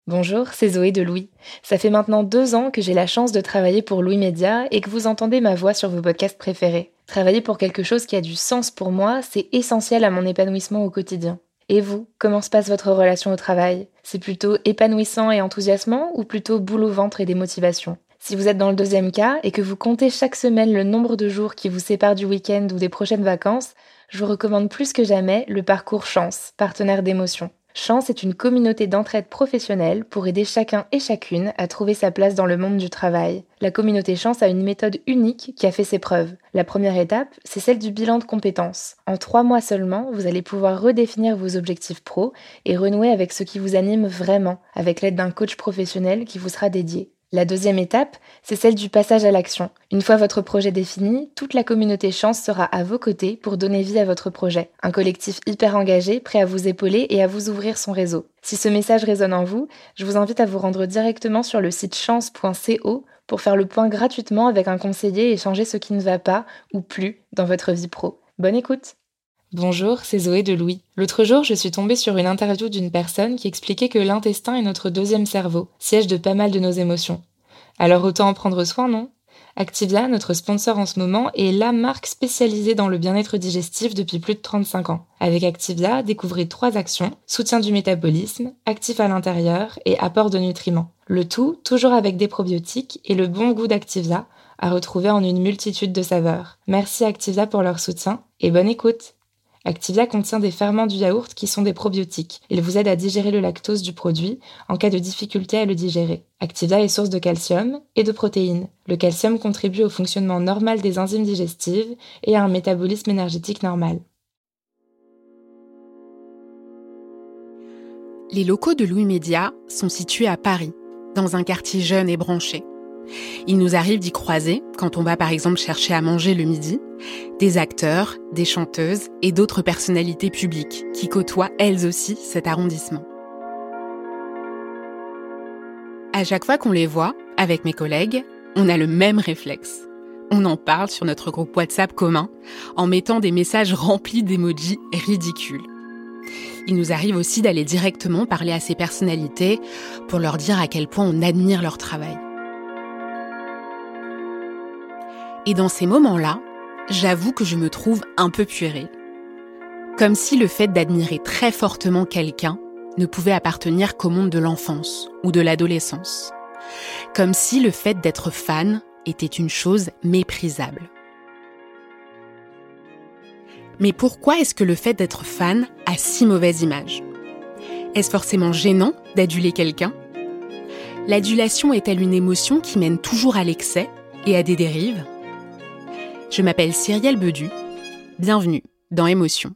Bonjour, c'est Zoé de Louis. Ça fait maintenant 2 ans que j'ai la chance de travailler pour Louis Média et que vous entendez ma voix sur vos podcasts préférés. Travailler pour quelque chose qui a du sens pour moi, c'est essentiel à mon épanouissement au quotidien. Et vous, comment se passe votre relation au travail ? C'est plutôt épanouissant et enthousiasmant ou plutôt boule au ventre et démotivation ? Si vous êtes dans le deuxième cas et que vous comptez chaque semaine le nombre de jours qui vous séparent du week-end ou des prochaines vacances, je vous recommande plus que jamais le parcours Chance, partenaire d'émotion. Chance est une communauté d'entraide professionnelle pour aider chacun et chacune à trouver sa place dans le monde du travail. La communauté Chance a une méthode unique qui a fait ses preuves. La première étape, c'est celle du bilan de compétences. En 3 mois seulement, vous allez pouvoir redéfinir vos objectifs pro et renouer avec ce qui vous anime vraiment, avec l'aide d'un coach professionnel qui vous sera dédié. La deuxième étape, c'est celle du passage à l'action. Une fois votre projet défini, toute la communauté Chance sera à vos côtés pour donner vie à votre projet. Un collectif hyper engagé, prêt à vous épauler et à vous ouvrir son réseau. Si ce message résonne en vous, je vous invite à vous rendre directement sur le site chance.co pour faire le point gratuitement avec un conseiller et changer ce qui ne va pas ou plus dans votre vie pro. Bonne écoute! Bonjour, c'est Zoé de Louis. L'autre jour, je suis tombée sur une interview d'une personne qui expliquait que l'intestin est notre deuxième cerveau, siège de pas mal de nos émotions. Alors autant en prendre soin, non ? Activia, notre sponsor en ce moment, est la marque spécialisée dans le bien-être digestif depuis plus de 35 ans. Avec Activia, découvrez 3 actions: soutien du métabolisme, actif à l'intérieur et apport de nutriments. Le tout, toujours avec des probiotiques et le bon goût d'Activia, à retrouver en une multitude de saveurs. Merci Activia pour leur soutien et bonne écoute! Activia contient des ferments du yaourt qui sont des probiotiques. Ils vous aident à digérer le lactose du produit en cas de difficulté à le digérer. Activia est source de calcium et de protéines. Le calcium contribue au fonctionnement normal des enzymes digestives et à un métabolisme énergétique normal. Les locaux de Louis Média sont situés à Paris, dans un quartier jeune et branché. Il nous arrive d'y croiser, quand on va par exemple chercher à manger le midi, des acteurs, des chanteuses et d'autres personnalités publiques qui côtoient elles aussi cet arrondissement. À chaque fois qu'on les voit, avec mes collègues, on a le même réflexe. On en parle sur notre groupe WhatsApp commun, en mettant des messages remplis d'émojis ridicules. Il nous arrive aussi d'aller directement parler à ces personnalités pour leur dire à quel point on admire leur travail. Et dans ces moments-là, j'avoue que je me trouve un peu puérile. Comme si le fait d'admirer très fortement quelqu'un ne pouvait appartenir qu'au monde de l'enfance ou de l'adolescence. Comme si le fait d'être fan était une chose méprisable. Mais pourquoi est-ce que le fait d'être fan a si mauvaise image ? Est-ce forcément gênant d'aduler quelqu'un ? L'adulation est-elle une émotion qui mène toujours à l'excès et à des dérives ? Je m'appelle Cyrielle Bedu. Bienvenue dans Émotion.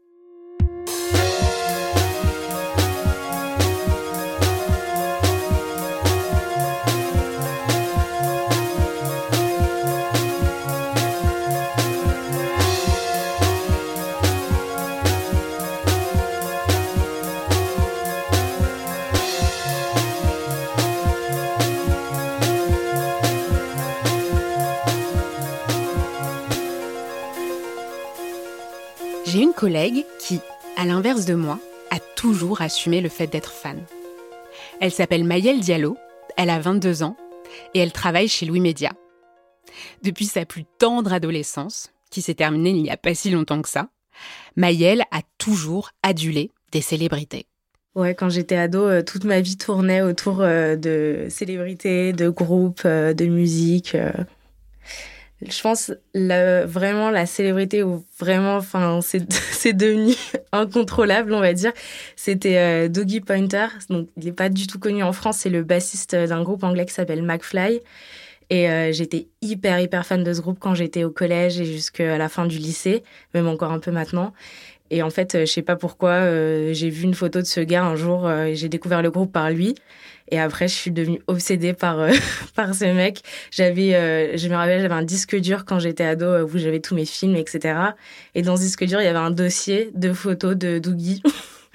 J'ai une collègue qui, à l'inverse de moi, a toujours assumé le fait d'être fan. Elle s'appelle Maëlle Diallo, elle a 22 ans et elle travaille chez Louis Média. Depuis sa plus tendre adolescence, qui s'est terminée il n'y a pas si longtemps que ça, Maëlle a toujours adulé des célébrités. Ouais, quand j'étais ado, toute ma vie tournait autour de célébrités, de groupes, de musique. Je pense vraiment la célébrité où vraiment, enfin, c'est devenu incontrôlable, on va dire. C'était Doggy Pointer. Donc, il est pas du tout connu en France. C'est le bassiste d'un groupe anglais qui s'appelle McFly. Et j'étais hyper fan de ce groupe quand j'étais au collège et jusqu'à la fin du lycée, même encore un peu maintenant. Et en fait, je sais pas pourquoi, j'ai vu une photo de ce gars un jour, et j'ai découvert le groupe par lui. Et après, je suis devenue obsédée par ce mec. Je me rappelle, j'avais un disque dur quand j'étais ado où j'avais tous mes films, etc. Et dans ce disque dur, il y avait un dossier de photos de Doogie.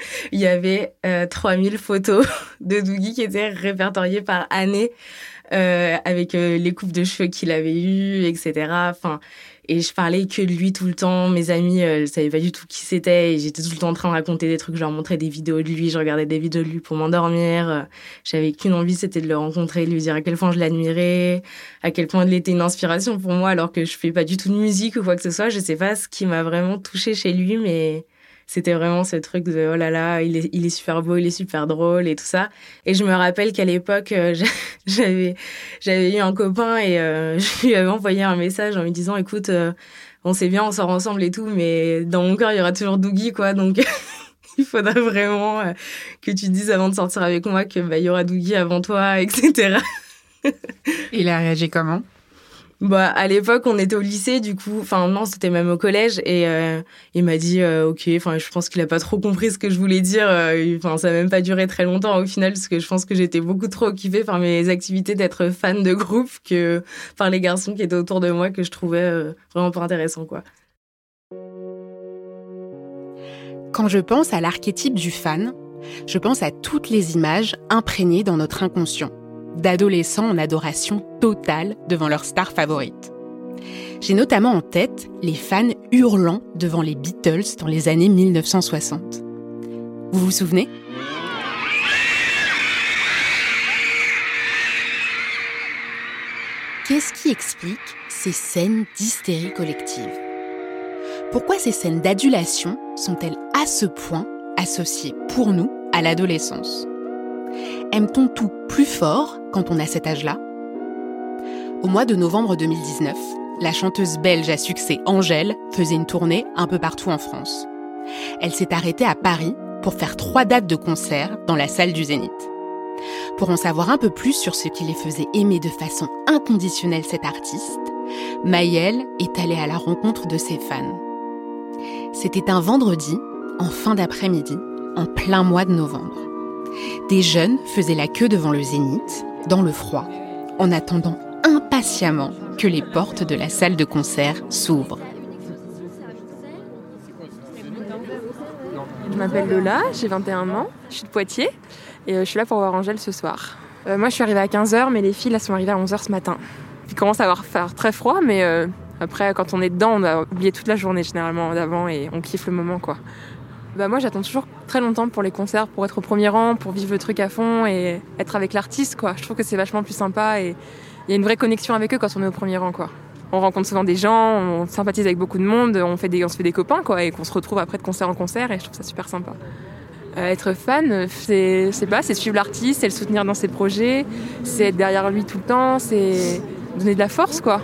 Il y avait 3000 photos de Dougie qui étaient répertoriées par année, avec les coupes de cheveux qu'il avait eues, etc. Enfin, et je parlais que de lui tout le temps. Mes amis, elles savaient pas du tout qui c'était. Et j'étais tout le temps en train de raconter des trucs. Je leur montrais des vidéos de lui. Je regardais des vidéos de lui pour m'endormir. J'avais qu'une envie, c'était de le rencontrer, de lui dire à quel point je l'admirais, à quel point il était une inspiration pour moi, alors que je fais pas du tout de musique ou quoi que ce soit. Je sais pas ce qui m'a vraiment touchée chez lui, mais c'était vraiment ce truc de oh là là, il est super beau, il est super drôle et tout ça. Et je me rappelle qu'à l'époque, j'avais eu un copain et je lui avais envoyé un message en lui disant écoute, on sait bien, on sort ensemble et tout, mais dans mon cœur, il y aura toujours Dougie, quoi. Donc il faudrait vraiment que tu dises avant de sortir avec moi que il y aura Dougie avant toi, etc. Il a réagi comment ? Bah, à l'époque, on était au lycée, du coup, enfin, non, c'était même au collège, et il m'a dit, ok, enfin, je pense qu'il a pas trop compris ce que je voulais dire, enfin, ça a même pas duré très longtemps, au final, parce que je pense que j'étais beaucoup trop occupée par mes activités d'être fan de groupe que par les garçons qui étaient autour de moi, que je trouvais vraiment pas intéressant, quoi. Quand je pense à l'archétype du fan, je pense à toutes les images imprégnées dans notre inconscient, d'adolescents en adoration totale devant leur star favorite. J'ai notamment en tête les fans hurlant devant les Beatles dans les années 1960. Vous vous souvenez ? Qu'est-ce qui explique ces scènes d'hystérie collective ? Pourquoi ces scènes d'adulation sont-elles à ce point associées pour nous à l'adolescence ? Aime-t-on tout plus fort quand on a cet âge-là ? Au mois de novembre 2019, la chanteuse belge à succès Angèle faisait une tournée un peu partout en France. Elle s'est arrêtée à Paris pour faire 3 dates de concert dans la salle du Zénith. Pour en savoir un peu plus sur ce qui les faisait aimer de façon inconditionnelle cet artiste, Maëlle est allée à la rencontre de ses fans. C'était un vendredi, en fin d'après-midi, en plein mois de novembre. Des jeunes faisaient la queue devant le Zénith, dans le froid, en attendant impatiemment que les portes de la salle de concert s'ouvrent. Je m'appelle Lola, j'ai 21 ans, je suis de Poitiers et je suis là pour voir Angèle ce soir. Moi je suis arrivée à 15h, mais les filles là sont arrivées à 11h ce matin. Il commence à faire très froid, mais après quand on est dedans, on a oublié toute la journée généralement d'avant et on kiffe le moment, quoi. Moi j'attends toujours très longtemps pour les concerts, pour être au premier rang, pour vivre le truc à fond et être avec l'artiste, quoi. Je trouve que c'est vachement plus sympa et il y a une vraie connexion avec eux quand on est au premier rang, quoi. On rencontre souvent des gens, on sympathise avec beaucoup de monde, on se fait des copains, quoi, et qu'on se retrouve après de concert en concert et je trouve ça super sympa. Être fan, c'est suivre l'artiste, c'est le soutenir dans ses projets, c'est être derrière lui tout le temps, c'est donner de la force, quoi.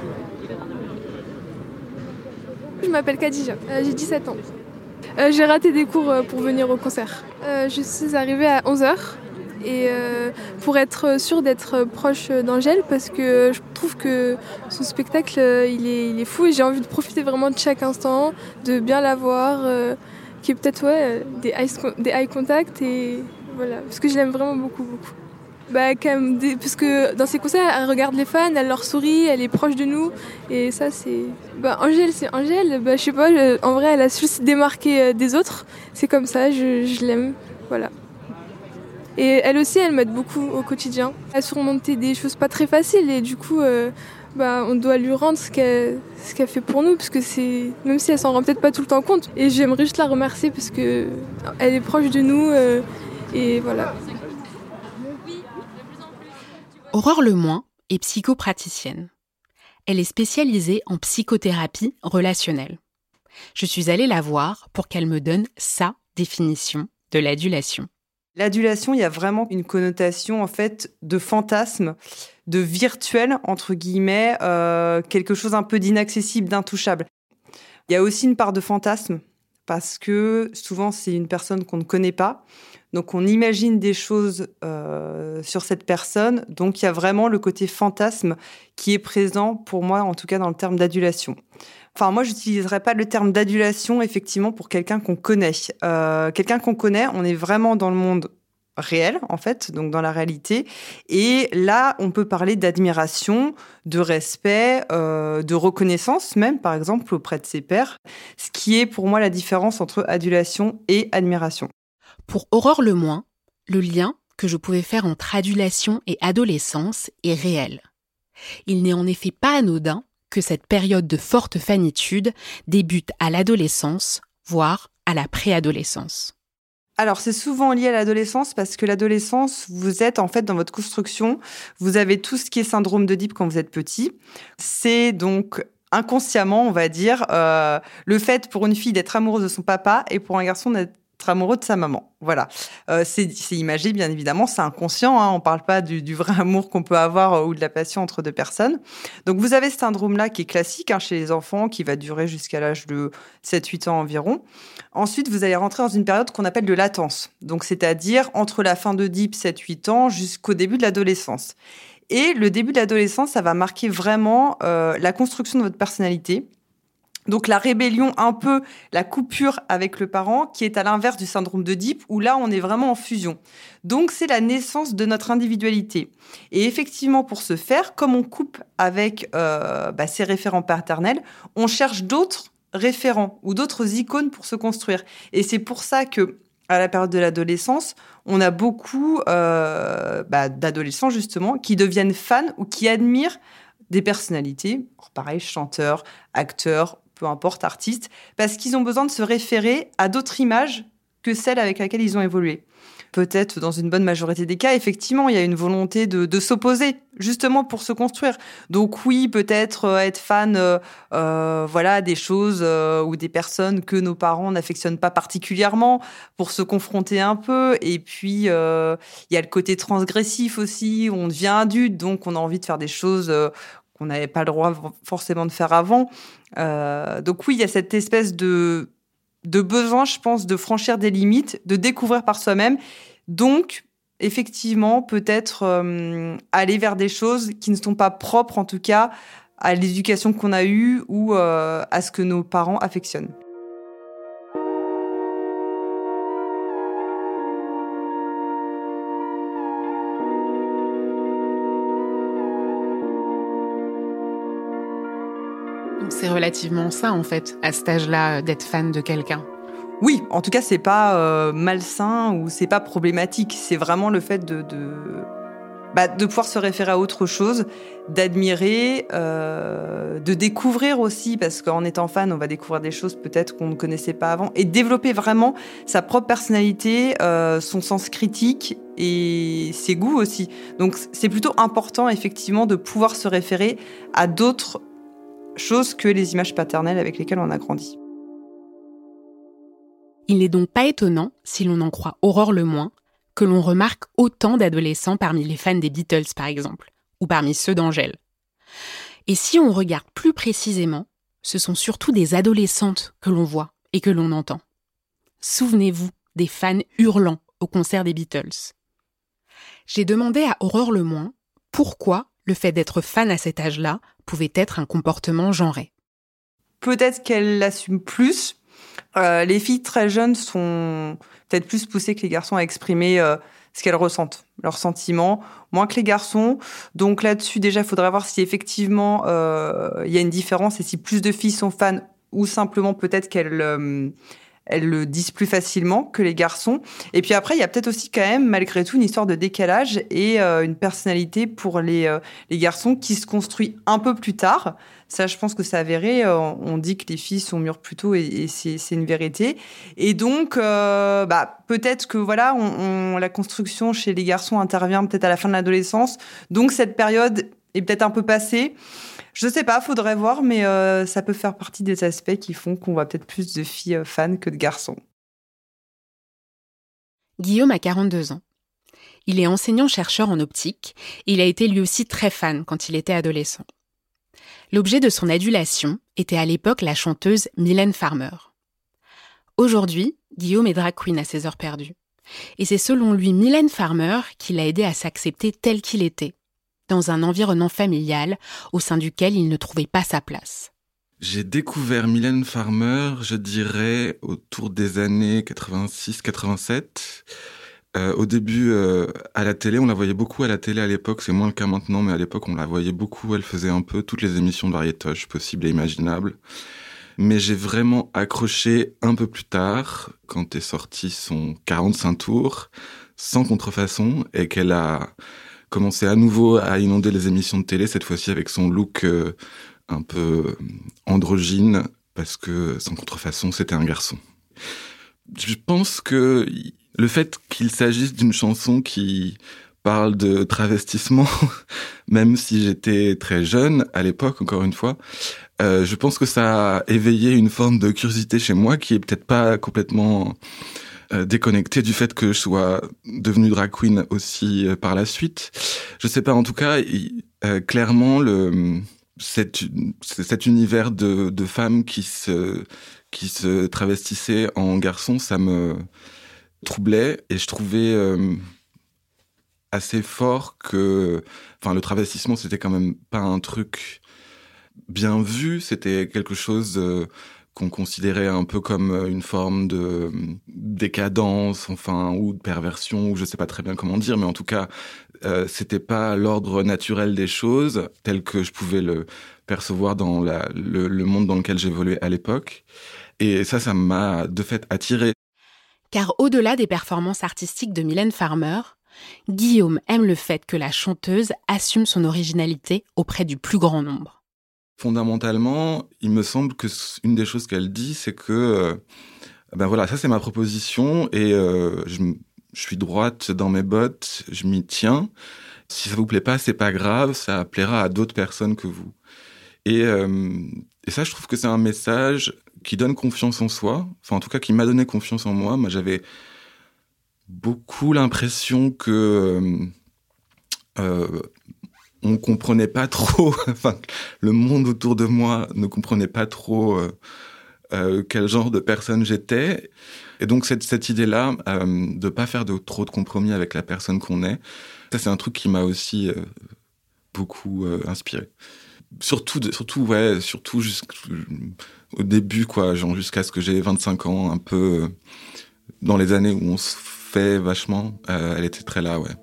Je m'appelle Khadija, j'ai 17 ans. J'ai raté des cours pour venir au concert. Je suis arrivée à 11h et pour être sûre d'être proche d'Angèle parce que je trouve que son spectacle il est fou et j'ai envie de profiter vraiment de chaque instant, de bien la voir, qu'il y ait peut-être des eye contact et voilà, parce que je l'aime vraiment beaucoup. Quand même, parce que dans ses concerts, elle regarde les fans, elle leur sourit, elle est proche de nous. Et ça, c'est... Angèle, c'est Angèle. Je sais pas, en vrai, elle a su se démarquer des autres. C'est comme ça, je l'aime. Voilà. Et elle aussi, elle m'aide beaucoup au quotidien. Elle a surmonté des choses pas très faciles. Et du coup, on doit lui rendre ce qu'elle fait pour nous. Parce que c'est... Même si elle s'en rend peut-être pas tout le temps compte. Et j'aimerais juste la remercier parce que elle est proche de nous. Et voilà. Aurore Lemoin est psychopraticienne. Elle est spécialisée en psychothérapie relationnelle. Je suis allée la voir pour qu'elle me donne sa définition de l'adulation. L'adulation, il y a vraiment une connotation en fait de fantasme, de virtuel entre guillemets, quelque chose un peu d'inaccessible, d'intouchable. Il y a aussi une part de fantasme parce que souvent c'est une personne qu'on ne connaît pas. Donc, on imagine des choses sur cette personne. Donc, il y a vraiment le côté fantasme qui est présent, pour moi, en tout cas, dans le terme d'adulation. Enfin, moi, je n'utiliserais pas le terme d'adulation, effectivement, pour quelqu'un qu'on connaît. Quelqu'un qu'on connaît, on est vraiment dans le monde réel, en fait, donc dans la réalité. Et là, on peut parler d'admiration, de respect, de reconnaissance même, par exemple, auprès de ses pairs. Ce qui est, pour moi, la différence entre adulation et admiration. Pour Aurore Lemoin, le lien que je pouvais faire entre adulation et adolescence est réel. Il n'est en effet pas anodin que cette période de forte fanitude débute à l'adolescence, voire à la préadolescence. Alors, c'est souvent lié à l'adolescence parce que l'adolescence, vous êtes en fait dans votre construction, vous avez tout ce qui est syndrome d'Oedipe quand vous êtes petit. C'est donc inconsciemment, on va dire, le fait pour une fille d'être amoureuse de son papa et pour un garçon d'être amoureux de sa maman. Voilà. C'est imagé, bien évidemment, c'est inconscient. Hein, on parle pas du vrai amour qu'on peut avoir ou de la passion entre deux personnes. Donc, vous avez ce syndrome-là qui est classique chez les enfants, qui va durer jusqu'à l'âge de 7-8 ans environ. Ensuite, vous allez rentrer dans une période qu'on appelle de latence. Donc, c'est-à-dire entre la fin d'Oedipe, 7-8 ans, jusqu'au début de l'adolescence. Et le début de l'adolescence, ça va marquer vraiment la construction de votre personnalité. Donc la rébellion, un peu la coupure avec le parent, qui est à l'inverse du syndrome d'Oedipe, où là, on est vraiment en fusion. Donc c'est la naissance de notre individualité. Et effectivement, pour ce faire, comme on coupe avec ses référents paternels, on cherche d'autres référents ou d'autres icônes pour se construire. Et c'est pour ça que à la période de l'adolescence, on a beaucoup d'adolescents, justement, qui deviennent fans ou qui admirent des personnalités, pareil, chanteurs, acteurs, peu importe, artistes, parce qu'ils ont besoin de se référer à d'autres images que celles avec lesquelles ils ont évolué. Peut-être, dans une bonne majorité des cas, effectivement, il y a une volonté de s'opposer, justement pour se construire. Donc oui, peut-être être fan des choses ou des personnes que nos parents n'affectionnent pas particulièrement pour se confronter un peu. Et puis, il y a le côté transgressif aussi, on devient adulte, donc on a envie de faire des choses qu'on n'avait pas le droit forcément de faire avant. Donc oui, il y a cette espèce de besoin, je pense, de franchir des limites, de découvrir par soi-même. Donc, effectivement, peut-être aller vers des choses qui ne sont pas propres, en tout cas, à l'éducation qu'on a eue ou à ce que nos parents affectionnent. C'est relativement ça, en fait, à cet âge-là, d'être fan de quelqu'un. Oui, en tout cas, c'est pas malsain ou c'est pas problématique. C'est vraiment le fait de pouvoir se référer à autre chose, d'admirer, de découvrir aussi, parce qu'en étant fan, on va découvrir des choses peut-être qu'on ne connaissait pas avant, et développer vraiment sa propre personnalité, son sens critique et ses goûts aussi. Donc, c'est plutôt important, effectivement, de pouvoir se référer à d'autres choses que les images paternelles avec lesquelles on a grandi. Il n'est donc pas étonnant, si l'on en croit Aurore Lemoin, que l'on remarque autant d'adolescents parmi les fans des Beatles, par exemple, ou parmi ceux d'Angèle. Et si on regarde plus précisément, ce sont surtout des adolescentes que l'on voit et que l'on entend. Souvenez-vous des fans hurlants au concert des Beatles. J'ai demandé à Aurore Lemoin pourquoi le fait d'être fan à cet âge-là pouvait être un comportement genré. Peut-être qu'elle l'assume plus. Les filles très jeunes sont peut-être plus poussées que les garçons à exprimer ce qu'elles ressentent, leurs sentiments, moins que les garçons. Donc là-dessus, déjà, il faudrait voir si effectivement il y a une différence et si plus de filles sont fans ou simplement peut-être qu'elles le disent plus facilement que les garçons. Et puis après, il y a peut-être aussi quand même, malgré tout, une histoire de décalage et une personnalité pour les garçons qui se construit un peu plus tard. Ça, je pense que c'est avéré. On dit que les filles sont mûres plus tôt et c'est une vérité. Et donc, peut-être que voilà, la construction chez les garçons intervient peut-être à la fin de l'adolescence. Donc, cette période est peut-être un peu passée. Je sais pas, faudrait voir, mais ça peut faire partie des aspects qui font qu'on voit peut-être plus de filles fans que de garçons. Guillaume a 42 ans. Il est enseignant-chercheur en optique et il a été lui aussi très fan quand il était adolescent. L'objet de son adulation était à l'époque la chanteuse Mylène Farmer. Aujourd'hui, Guillaume est drag queen à ses heures perdues. Et c'est selon lui Mylène Farmer qui l'a aidé à s'accepter tel qu'il était, dans un environnement familial au sein duquel il ne trouvait pas sa place. J'ai découvert Mylène Farmer, je dirais, autour des années 86-87. Au début, à la télé, on la voyait beaucoup à la télé à l'époque, c'est moins le cas maintenant, mais à l'époque, on la voyait beaucoup. Elle faisait un peu toutes les émissions de variétoche possibles et imaginables. Mais j'ai vraiment accroché un peu plus tard, quand est sorti son 45 tours, sans contrefaçon, et qu'elle a commencé à nouveau à inonder les émissions de télé, cette fois-ci avec son look un peu androgyne, parce que sans contrefaçon, c'était un garçon. Je pense que le fait qu'il s'agisse d'une chanson qui parle de travestissement, même si j'étais très jeune à l'époque, encore une fois, je pense que ça a éveillé une forme de curiosité chez moi qui est peut-être pas complètement déconnectée du fait que je sois devenue drag queen aussi par la suite. Je sais pas, en tout cas, clairement, cet univers de femmes qui se travestissaient en garçons, ça me troublait et je trouvais assez fort que, enfin, le travestissement, c'était quand même pas un truc bien vu, c'était quelque chose qu'on considérait un peu comme une forme de décadence, enfin, ou de perversion, ou je sais pas très bien comment dire, mais en tout cas, c'était pas l'ordre naturel des choses, tel que je pouvais le percevoir dans le monde dans lequel j'évoluais à l'époque. Et ça m'a de fait attiré. Car au-delà des performances artistiques de Mylène Farmer, Guillaume aime le fait que la chanteuse assume son originalité auprès du plus grand nombre. Fondamentalement, il me semble que une des choses qu'elle dit, c'est que ben voilà, ça c'est ma proposition et je suis droite dans mes bottes, je m'y tiens. Si ça vous plaît pas, c'est pas grave, ça plaira à d'autres personnes que vous. Et ça, je trouve que c'est un message qui donne confiance en soi, enfin en tout cas qui m'a donné confiance en moi. Moi, j'avais beaucoup l'impression que on comprenait pas trop, enfin le monde autour de moi ne comprenait pas trop quel genre de personne j'étais. Et donc cette idée-là de pas faire trop de compromis avec la personne qu'on est, ça c'est un truc qui m'a aussi beaucoup inspiré. Surtout au début, quoi, genre jusqu'à ce que j'ai 25 ans, un peu dans les années où on se fait vachement, elle était très là, ouais.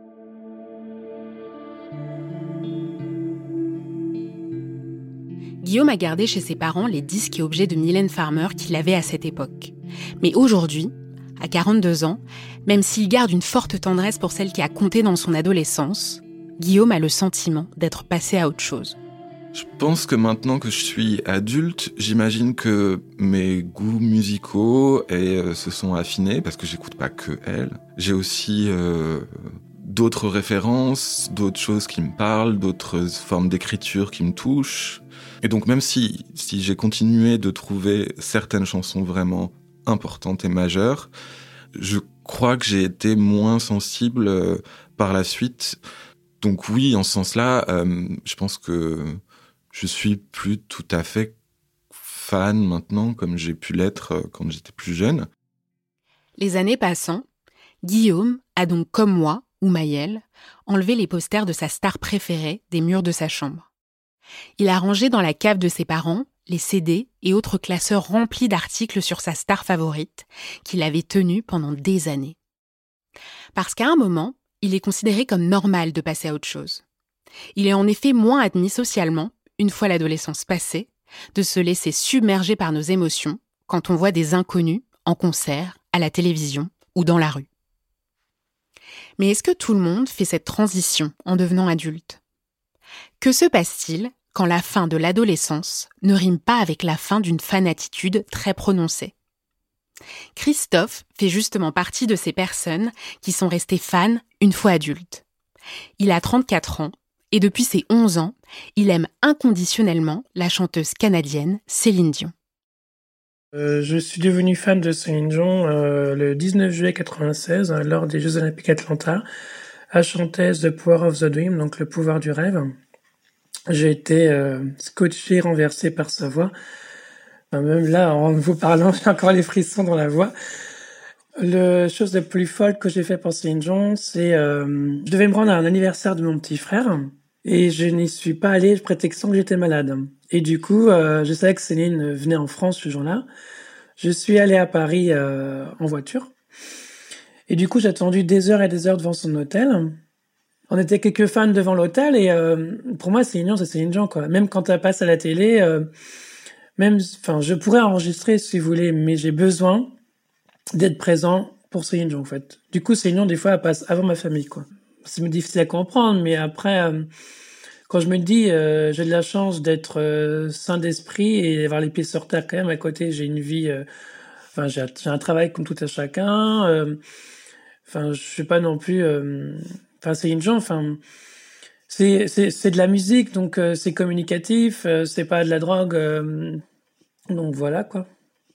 Guillaume a gardé chez ses parents les disques et objets de Mylène Farmer qu'il avait à cette époque. Mais aujourd'hui, à 42 ans, même s'il garde une forte tendresse pour celle qui a compté dans son adolescence, Guillaume a le sentiment d'être passé à autre chose. Je pense que maintenant que je suis adulte, j'imagine que mes goûts musicaux se sont affinés parce que j'écoute pas que elle. J'ai aussi d'autres références, d'autres choses qui me parlent, d'autres formes d'écriture qui me touchent. Et donc même si j'ai continué de trouver certaines chansons vraiment importantes et majeures, je crois que j'ai été moins sensible par la suite. Donc oui, en ce sens-là, je pense que je suis plus tout à fait fan maintenant, comme j'ai pu l'être quand j'étais plus jeune. Les années passant, Guillaume a donc, comme moi, ou Maëlle, enlevé les posters de sa star préférée des murs de sa chambre. Il a rangé dans la cave de ses parents les CD et autres classeurs remplis d'articles sur sa star favorite, qu'il avait tenue pendant des années. Parce qu'à un moment, il est considéré comme normal de passer à autre chose. Il est en effet moins admis socialement, une fois l'adolescence passée, de se laisser submerger par nos émotions quand on voit des inconnus en concert, à la télévision ou dans la rue. Mais est-ce que tout le monde fait cette transition en devenant adulte ? Que se passe-t-il quand la fin de l'adolescence ne rime pas avec la fin d'une fanatitude très prononcée ? Christophe fait justement partie de ces personnes qui sont restées fans une fois adultes. Il a 34 ans et depuis ses 11 ans, il aime inconditionnellement la chanteuse canadienne Céline Dion. Je suis devenu fan de Céline Dion le 19 juillet 1996 lors des Jeux Olympiques Atlanta. Elle chantait The Power of the Dream, donc le pouvoir du rêve. J'ai été scotché, renversé par sa voix. Même là, en vous parlant, j'ai encore les frissons dans la voix. La chose la plus folle que j'ai fait pour Céline Dion, c'est je devais me rendre à un anniversaire de mon petit frère et je n'y suis pas allé prétextant que j'étais malade. Et du coup, je savais que Céline venait en France ce jour-là. Je suis allé à Paris en voiture. Et du coup, j'ai attendu des heures et des heures devant son hôtel. On était quelques fans devant l'hôtel et pour moi, Céline Dion, c'est Céline Dion, quoi. Même quand elle passe à la télé, je pourrais enregistrer si vous voulez, mais j'ai besoin d'être présent pour Céline Dion, en fait. Du coup, Céline Dion, des fois, elle passe avant ma famille, quoi. C'est difficile à comprendre, mais après, quand je me dis, j'ai de la chance d'être sain d'esprit et d'avoir les pieds sur terre quand même à côté, j'ai une vie, j'ai un travail comme tout à chacun, je suis pas non plus, Céline Dion, c'est de la musique, donc c'est communicatif, c'est pas de la drogue, donc voilà, quoi.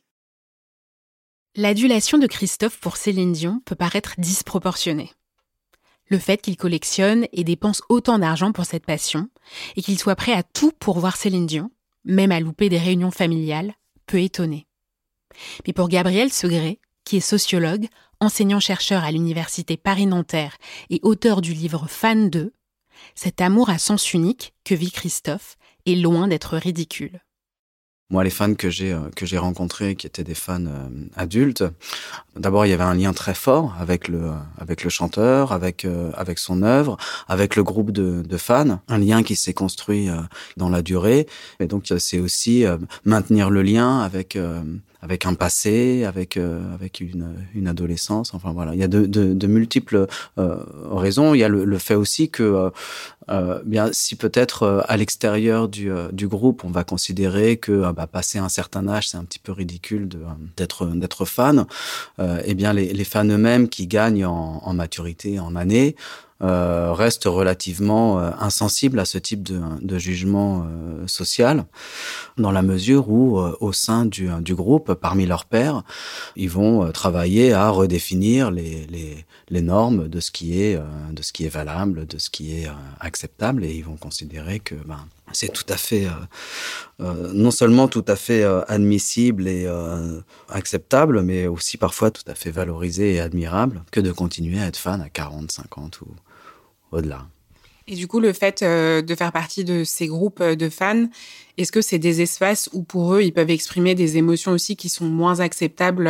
L'adulation de Christophe pour Céline Dion peut paraître disproportionnée. Le fait qu'il collectionne et dépense autant d'argent pour cette passion, et qu'il soit prêt à tout pour voir Céline Dion, même à louper des réunions familiales, peut étonner. Mais pour Gabriel Segré, qui est sociologue, enseignant-chercheur à l'université Paris-Nanterre et auteur du livre Fan 2, cet amour à sens unique que vit Christophe est loin d'être ridicule. Moi, les fans que j'ai rencontrés, qui étaient des fans adultes, d'abord il y avait un lien très fort avec le chanteur, avec son œuvre, avec le groupe de fans, un lien qui s'est construit dans la durée. Et donc c'est aussi maintenir le lien avec un passé, avec une adolescence. Enfin voilà, il y a de multiples raisons. Il y a le fait aussi que si peut-être à l'extérieur du groupe, on va considérer que passé un certain âge, c'est un petit peu ridicule d'être fan. Les fans eux-mêmes qui gagnent en maturité, en années, restent relativement insensibles à ce type de jugement social, dans la mesure où, au sein du groupe, parmi leurs pairs, ils vont travailler à redéfinir les normes de ce qui est valable, de ce qui est acceptable, et ils vont considérer que c'est tout à fait, non seulement tout à fait admissible et acceptable, mais aussi parfois tout à fait valorisé et admirable que de continuer à être fan à 40, 50 ou au-delà. Et du coup, le fait de faire partie de ces groupes de fans, est-ce que c'est des espaces où pour eux, ils peuvent exprimer des émotions aussi qui sont moins acceptables,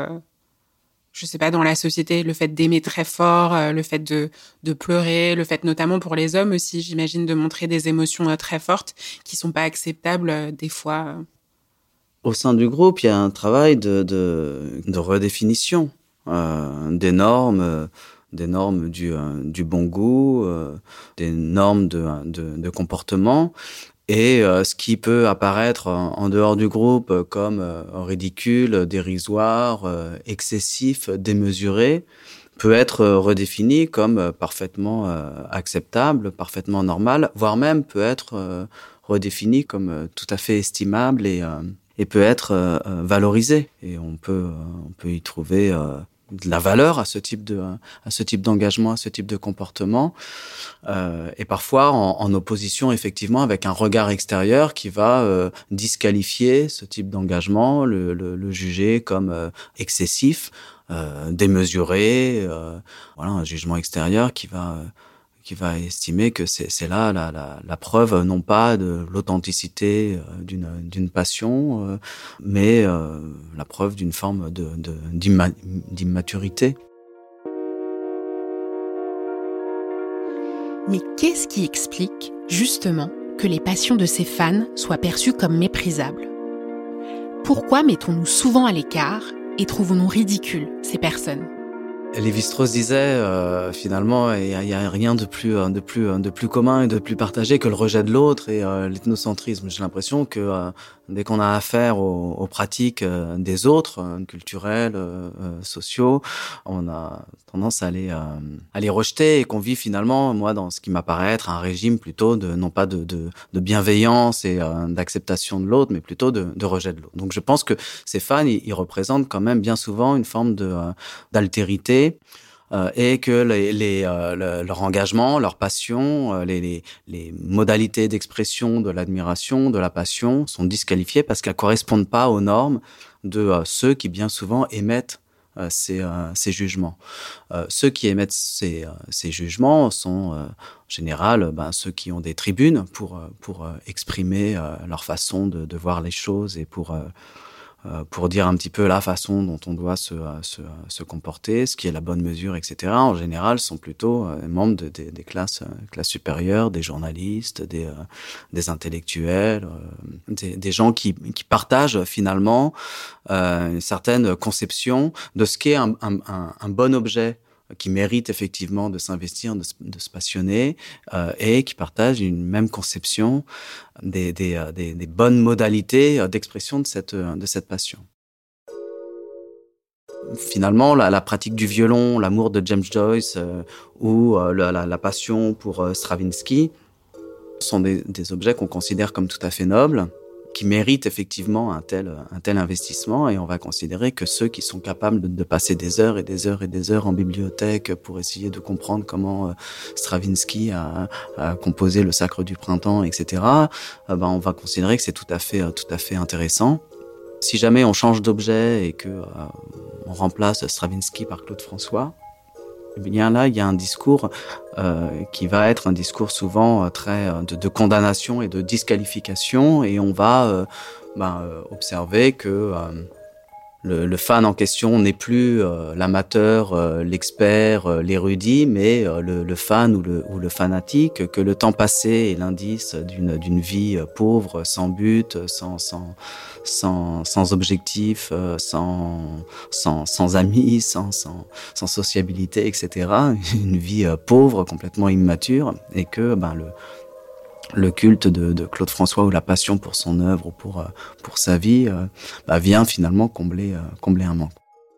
je sais pas, dans la société, le fait d'aimer très fort, le fait de pleurer, le fait notamment pour les hommes aussi, j'imagine, de montrer des émotions très fortes qui sont pas acceptables des fois. Au sein du groupe, il y a un travail de redéfinition des normes du bon goût, des normes de comportement. Et ce qui peut apparaître en dehors du groupe comme ridicule, dérisoire, excessif, démesuré, peut être redéfini comme parfaitement acceptable, parfaitement normal, voire même peut être redéfini comme tout à fait estimable et peut être valorisé. Et on peut y trouver de la valeur à ce type d'engagement, à ce type de comportement, et parfois en opposition effectivement avec un regard extérieur qui va disqualifier ce type d'engagement, le juger comme excessif, démesuré, un jugement extérieur qui va estimer que c'est là la preuve non pas de l'authenticité d'une passion, mais la preuve d'une forme d'immaturité. Mais qu'est-ce qui explique, justement, que les passions de ces fans soient perçues comme méprisables ? Pourquoi mettons-nous souvent à l'écart et trouvons-nous ridicules ces personnes ? Lévi-Strauss disait finalement il y a rien de plus commun et de plus partagé que le rejet de l'autre et l'ethnocentrisme. J'ai l'impression que dès qu'on a affaire aux pratiques des autres, culturels, sociaux, on a tendance à les rejeter et qu'on vit finalement, moi, dans ce qui m'apparaît être un régime plutôt non pas de bienveillance et d'acceptation de l'autre, mais plutôt de rejet de l'autre. Donc je pense que ces fans, ils représentent quand même bien souvent une forme d'altérité, et que leur engagement, leur passion, les modalités d'expression de l'admiration, de la passion sont disqualifiées parce qu'elles correspondent pas aux normes de ceux qui bien souvent émettent ces jugements. Ceux qui émettent ces jugements sont en général ceux qui ont des tribunes pour exprimer leur façon de voir les choses et pour pour dire un petit peu la façon dont on doit se comporter, ce qui est la bonne mesure, etc. En général, sont plutôt membres des classes supérieures, des journalistes, des intellectuels, des gens qui partagent finalement une certaine conception de ce qu'est un bon objet qui mérite effectivement de s'investir, de se passionner, et qui partagent une même conception des bonnes modalités d'expression de cette passion. Finalement, la pratique du violon, l'amour de James Joyce ou la passion pour Stravinsky sont des objets qu'on considère comme tout à fait nobles, qui méritent effectivement un tel investissement, et on va considérer que ceux qui sont capables de passer des heures et des heures et des heures en bibliothèque pour essayer de comprendre comment Stravinsky a composé le Sacre du printemps, etc., on va considérer que c'est tout à fait intéressant. Si jamais on change d'objet et que on remplace Stravinsky par Claude François, eh bien là, il y a un discours qui va être un discours souvent très de condamnation et de disqualification, et on va observer que le fan en question n'est plus l'amateur, l'expert, l'érudit, mais le fan ou le fanatique, que le temps passé est l'indice d'une vie pauvre, sans but, sans objectif, sans amis, sans sociabilité, etc. Une vie pauvre, complètement immature, et que le culte de Claude François ou la passion pour son œuvre ou pour sa vie vient finalement combler un manque.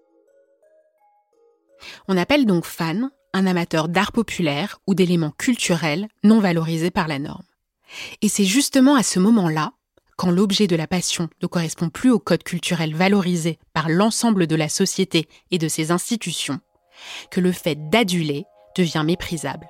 On appelle donc fan un amateur d'art populaire ou d'éléments culturels non valorisés par la norme. Et c'est justement à ce moment-là, quand l'objet de la passion ne correspond plus au code culturel valorisé par l'ensemble de la société et de ses institutions, que le fait d'aduler devient méprisable.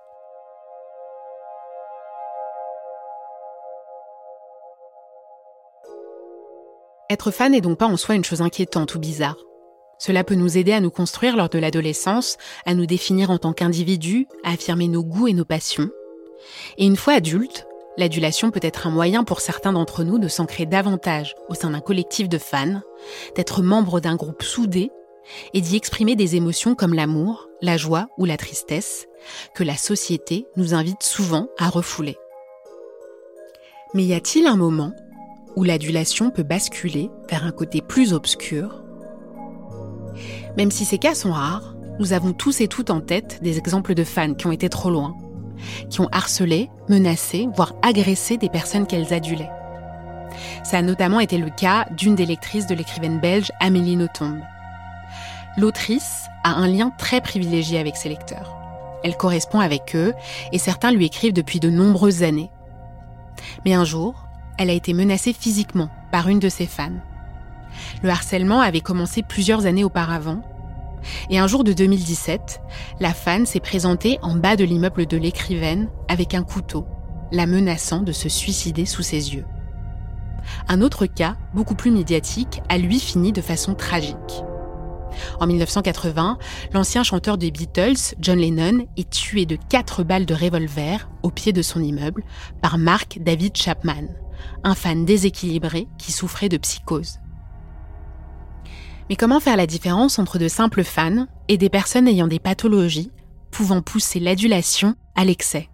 Être fan n'est donc pas en soi une chose inquiétante ou bizarre. Cela peut nous aider à nous construire lors de l'adolescence, à nous définir en tant qu'individus, à affirmer nos goûts et nos passions. Et une fois adulte, l'adulation peut être un moyen pour certains d'entre nous de s'ancrer davantage au sein d'un collectif de fans, d'être membre d'un groupe soudé et d'y exprimer des émotions comme l'amour, la joie ou la tristesse, que la société nous invite souvent à refouler. Mais y a-t-il un moment où l'adulation peut basculer vers un côté plus obscur? Même si ces cas sont rares, nous avons tous et toutes en tête des exemples de fans qui ont été trop loin, qui ont harcelé, menacé, voire agressé des personnes qu'elles adulaient. Ça a notamment été le cas d'une des lectrices de l'écrivaine belge Amélie Nothomb. L'autrice a un lien très privilégié avec ses lecteurs. Elle correspond avec eux et certains lui écrivent depuis de nombreuses années. Mais un jour, elle a été menacée physiquement par une de ses fans. Le harcèlement avait commencé plusieurs années auparavant, et un jour de 2017, la fan s'est présentée en bas de l'immeuble de l'écrivaine avec un couteau, la menaçant de se suicider sous ses yeux. Un autre cas, beaucoup plus médiatique, a lui fini de façon tragique. En 1980, l'ancien chanteur des Beatles, John Lennon, est tué de 4 balles de revolver au pied de son immeuble par Mark David Chapman, un fan déséquilibré qui souffrait de psychose. Mais comment faire la différence entre de simples fans et des personnes ayant des pathologies pouvant pousser l'adulation à l'excès?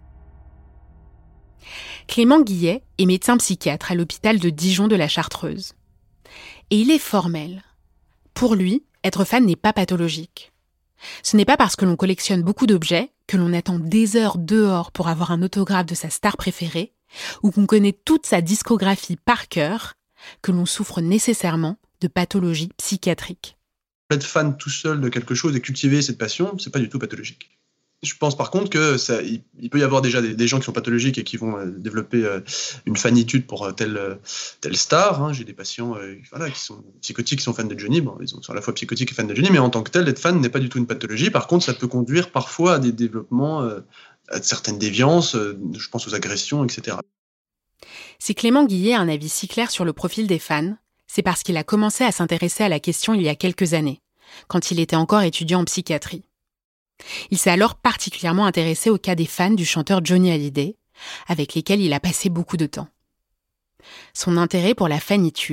Clément Guillet est médecin psychiatre à l'hôpital de Dijon de la Chartreuse. Et il est formel. Pour lui, être fan n'est pas pathologique. Ce n'est pas parce que l'on collectionne beaucoup d'objets, que l'on attend des heures dehors pour avoir un autographe de sa star préférée, ou qu'on connaît toute sa discographie par cœur, que l'on souffre nécessairement de pathologie psychiatrique. Être fan tout seul de quelque chose et cultiver cette passion, c'est pas du tout pathologique. Je pense par contre que il peut y avoir déjà des gens qui sont pathologiques et qui vont développer une fanitude pour telle star. J'ai des patients qui sont psychotiques, qui sont fans de Johnny. Bon, ils sont à la fois psychotiques et fans de Johnny, mais en tant que tel, être fan n'est pas du tout une pathologie. Par contre, ça peut conduire parfois à des développements, à certaines déviances, je pense aux agressions, etc. Si Clément Guillet a un avis si clair sur le profil des fans, c'est parce qu'il a commencé à s'intéresser à la question il y a quelques années, quand il était encore étudiant en psychiatrie. Il s'est alors particulièrement intéressé au cas des fans du chanteur Johnny Hallyday, avec lesquels il a passé beaucoup de temps. Son intérêt pour la fanitude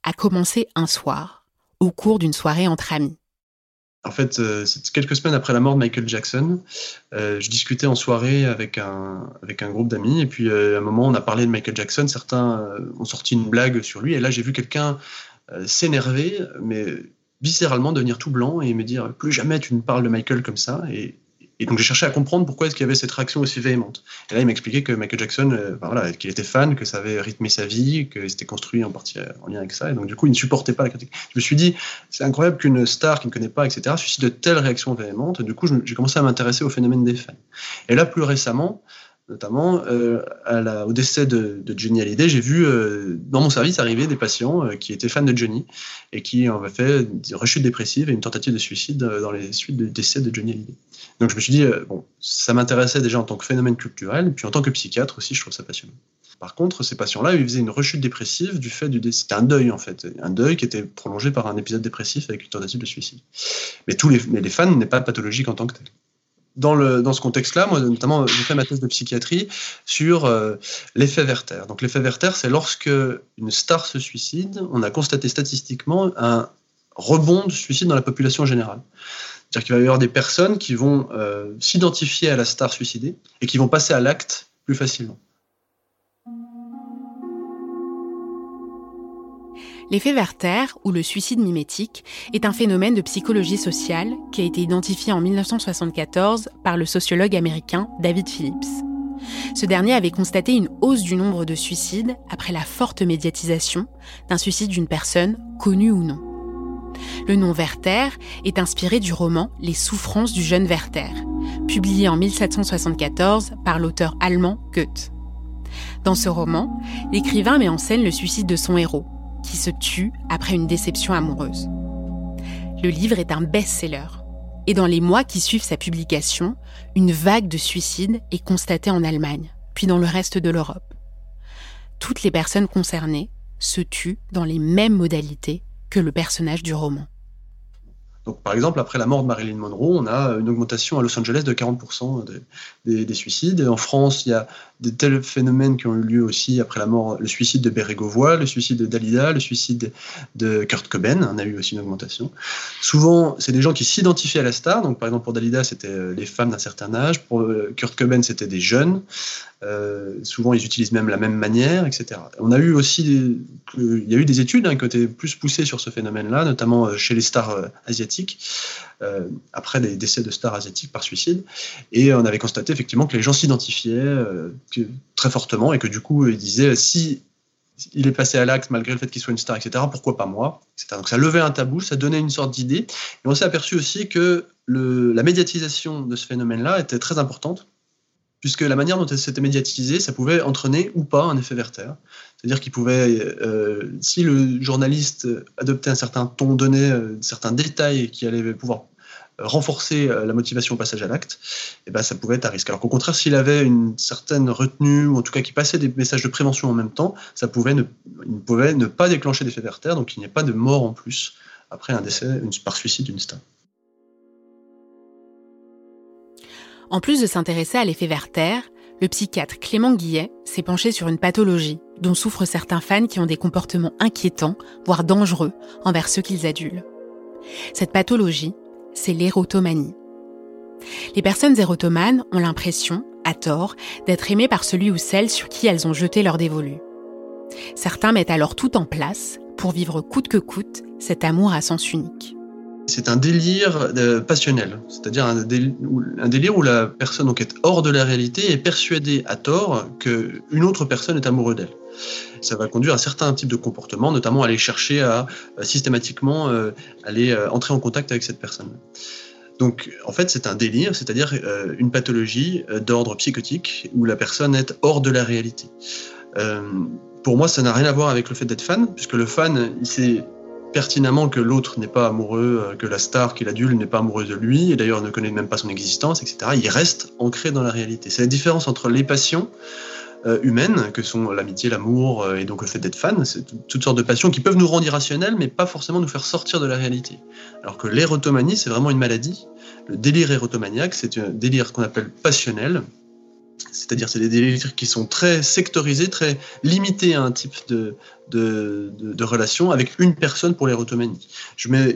a commencé un soir, au cours d'une soirée entre amis. En fait, c'est quelques semaines après la mort de Michael Jackson. Je discutais en soirée avec un groupe d'amis, et puis à un moment, on a parlé de Michael Jackson. Certains ont sorti une blague sur lui, et là, j'ai vu quelqu'un s'énerver, mais viscéralement devenir tout blanc et me dire « Plus jamais tu ne parles de Michael comme ça ». Et donc j'ai cherché à comprendre pourquoi est-ce qu'il y avait cette réaction aussi véhémente. Et là, il m'expliquait que Michael Jackson, qu'il était fan, que ça avait rythmé sa vie, que c'était construit en partie en lien avec ça. Et donc du coup, il ne supportait pas la critique. Je me suis dit, c'est incroyable qu'une star qui ne connaît pas, etc., suscite de telles réactions véhémentes. Et du coup, j'ai commencé à m'intéresser au phénomène des fans. Et là, plus récemment, notamment au décès de Johnny Hallyday, j'ai vu dans mon service arriver des patients qui étaient fans de Johnny et qui avaient fait des rechutes dépressives et une tentative de suicide dans les suites du décès de Johnny Hallyday. Donc je me suis dit, ça m'intéressait déjà en tant que phénomène culturel, et puis en tant que psychiatre aussi, je trouve ça passionnant. Par contre, ces patients-là, ils faisaient une rechute dépressive du fait du décès. C'était un deuil, en fait. Un deuil qui était prolongé par un épisode dépressif avec une tentative de suicide. Mais les fans n'est pas pathologique en tant que tel. Dans ce contexte-là, moi, notamment, j'ai fait ma thèse de psychiatrie sur l'effet Werther. Donc, l'effet Werther, c'est lorsque une star se suicide, on a constaté statistiquement un rebond de suicide dans la population générale. C'est-à-dire qu'il va y avoir des personnes qui vont s'identifier à la star suicidée et qui vont passer à l'acte plus facilement. L'effet Werther, ou le suicide mimétique, est un phénomène de psychologie sociale qui a été identifié en 1974 par le sociologue américain David Phillips. Ce dernier avait constaté une hausse du nombre de suicides après la forte médiatisation d'un suicide d'une personne, connue ou non. Le nom Werther est inspiré du roman « Les souffrances du jeune Werther », publié en 1774 par l'auteur allemand Goethe. Dans ce roman, l'écrivain met en scène le suicide de son héros, qui se tue après une déception amoureuse. Le livre est un best-seller. Et dans les mois qui suivent sa publication, une vague de suicides est constatée en Allemagne, puis dans le reste de l'Europe. Toutes les personnes concernées se tuent dans les mêmes modalités que le personnage du roman. Donc, par exemple, après la mort de Marilyn Monroe, on a une augmentation à Los Angeles de 40% des suicides. Et en France, il y a de tels phénomènes qui ont eu lieu aussi après la mort, le suicide de Bérégovoy, le suicide de Dalida, le suicide de Kurt Cobain. On a eu aussi une augmentation. Souvent, c'est des gens qui s'identifient à la star. Donc, par exemple, pour Dalida, c'était les femmes d'un certain âge. Pour Kurt Cobain, c'était des jeunes. Souvent, ils utilisent même la même manière, etc. On a eu aussi il y a eu des études qui ont été plus poussées sur ce phénomène-là, notamment chez les stars asiatiques, après des décès de stars asiatiques par suicide. Et on avait constaté effectivement que les gens s'identifiaient très fortement et que du coup, ils disaient si il est passé à l'acte malgré le fait qu'il soit une star, etc., pourquoi pas moi, etc. Donc ça levait un tabou, ça donnait une sorte d'idée. Et on s'est aperçu aussi que la médiatisation de ce phénomène-là était très importante, puisque la manière dont c'était médiatisé, ça pouvait entraîner ou pas un effet Werther. C'est-à-dire qu'il pouvait, si le journaliste adoptait un certain ton, donnait certains détails qui allaient pouvoir renforcer la motivation au passage à l'acte, et ben ça pouvait être à risque. Alors qu'au contraire, s'il avait une certaine retenue, ou en tout cas qu'il passait des messages de prévention en même temps, il ne pouvait ne pas déclencher d'effet Werther, donc il n'y ait pas de mort en plus après un décès par suicide d'une star. En plus de s'intéresser à l'effet Werther, le psychiatre Clément Guillet s'est penché sur une pathologie dont souffrent certains fans qui ont des comportements inquiétants, voire dangereux, envers ceux qu'ils adulent. Cette pathologie, c'est l'érotomanie. Les personnes érotomanes ont l'impression, à tort, d'être aimées par celui ou celle sur qui elles ont jeté leur dévolu. Certains mettent alors tout en place pour vivre coûte que coûte cet amour à sens unique. C'est un délire passionnel, c'est-à-dire un délire où la personne donc, est hors de la réalité et est persuadée à tort qu'une autre personne est amoureuse d'elle. Ça va conduire à certains types de comportements, notamment aller chercher à systématiquement aller entrer en contact avec cette personne. Donc en fait c'est un délire, c'est-à-dire une pathologie d'ordre psychotique où la personne est hors de la réalité. Pour moi ça n'a rien à voir avec le fait d'être fan, puisque le fan il sait pertinemment que l'autre n'est pas amoureux, que la star qu'il adule n'est pas amoureuse de lui, et d'ailleurs ne connaît même pas son existence, etc. Il reste ancré dans la réalité. C'est la différence entre les passions humaines, que sont l'amitié, l'amour, et donc le fait d'être fan. C'est toutes sortes de passions qui peuvent nous rendre irrationnels, mais pas forcément nous faire sortir de la réalité. Alors que l'érotomanie, c'est vraiment une maladie. Le délire érotomaniaque, c'est un délire qu'on appelle passionnel, C'est-à-dire c'est des délires qui sont très sectorisés, très limités à un type de relation avec une personne pour l'érotomanie. Je mets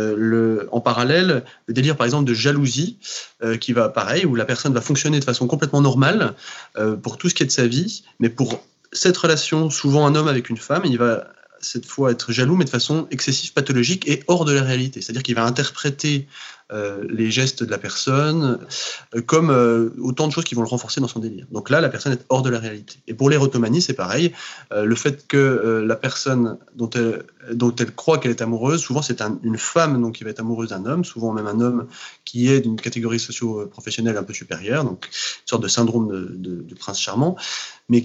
en parallèle le délire par exemple de jalousie qui va pareil, où la personne va fonctionner de façon complètement normale pour tout ce qui est de sa vie, mais pour cette relation, souvent un homme avec une femme, il va cette fois être jaloux, mais de façon excessive, pathologique et hors de la réalité. C'est-à-dire qu'il va interpréter les gestes de la personne comme autant de choses qui vont le renforcer dans son délire. Donc là, la personne est hors de la réalité. Et pour l'érotomanie, c'est pareil. Le fait que la personne dont elle croit qu'elle est amoureuse, souvent c'est une femme donc, qui va être amoureuse d'un homme, souvent même un homme qui est d'une catégorie socio-professionnelle un peu supérieure, donc une sorte de syndrome de prince charmant, mais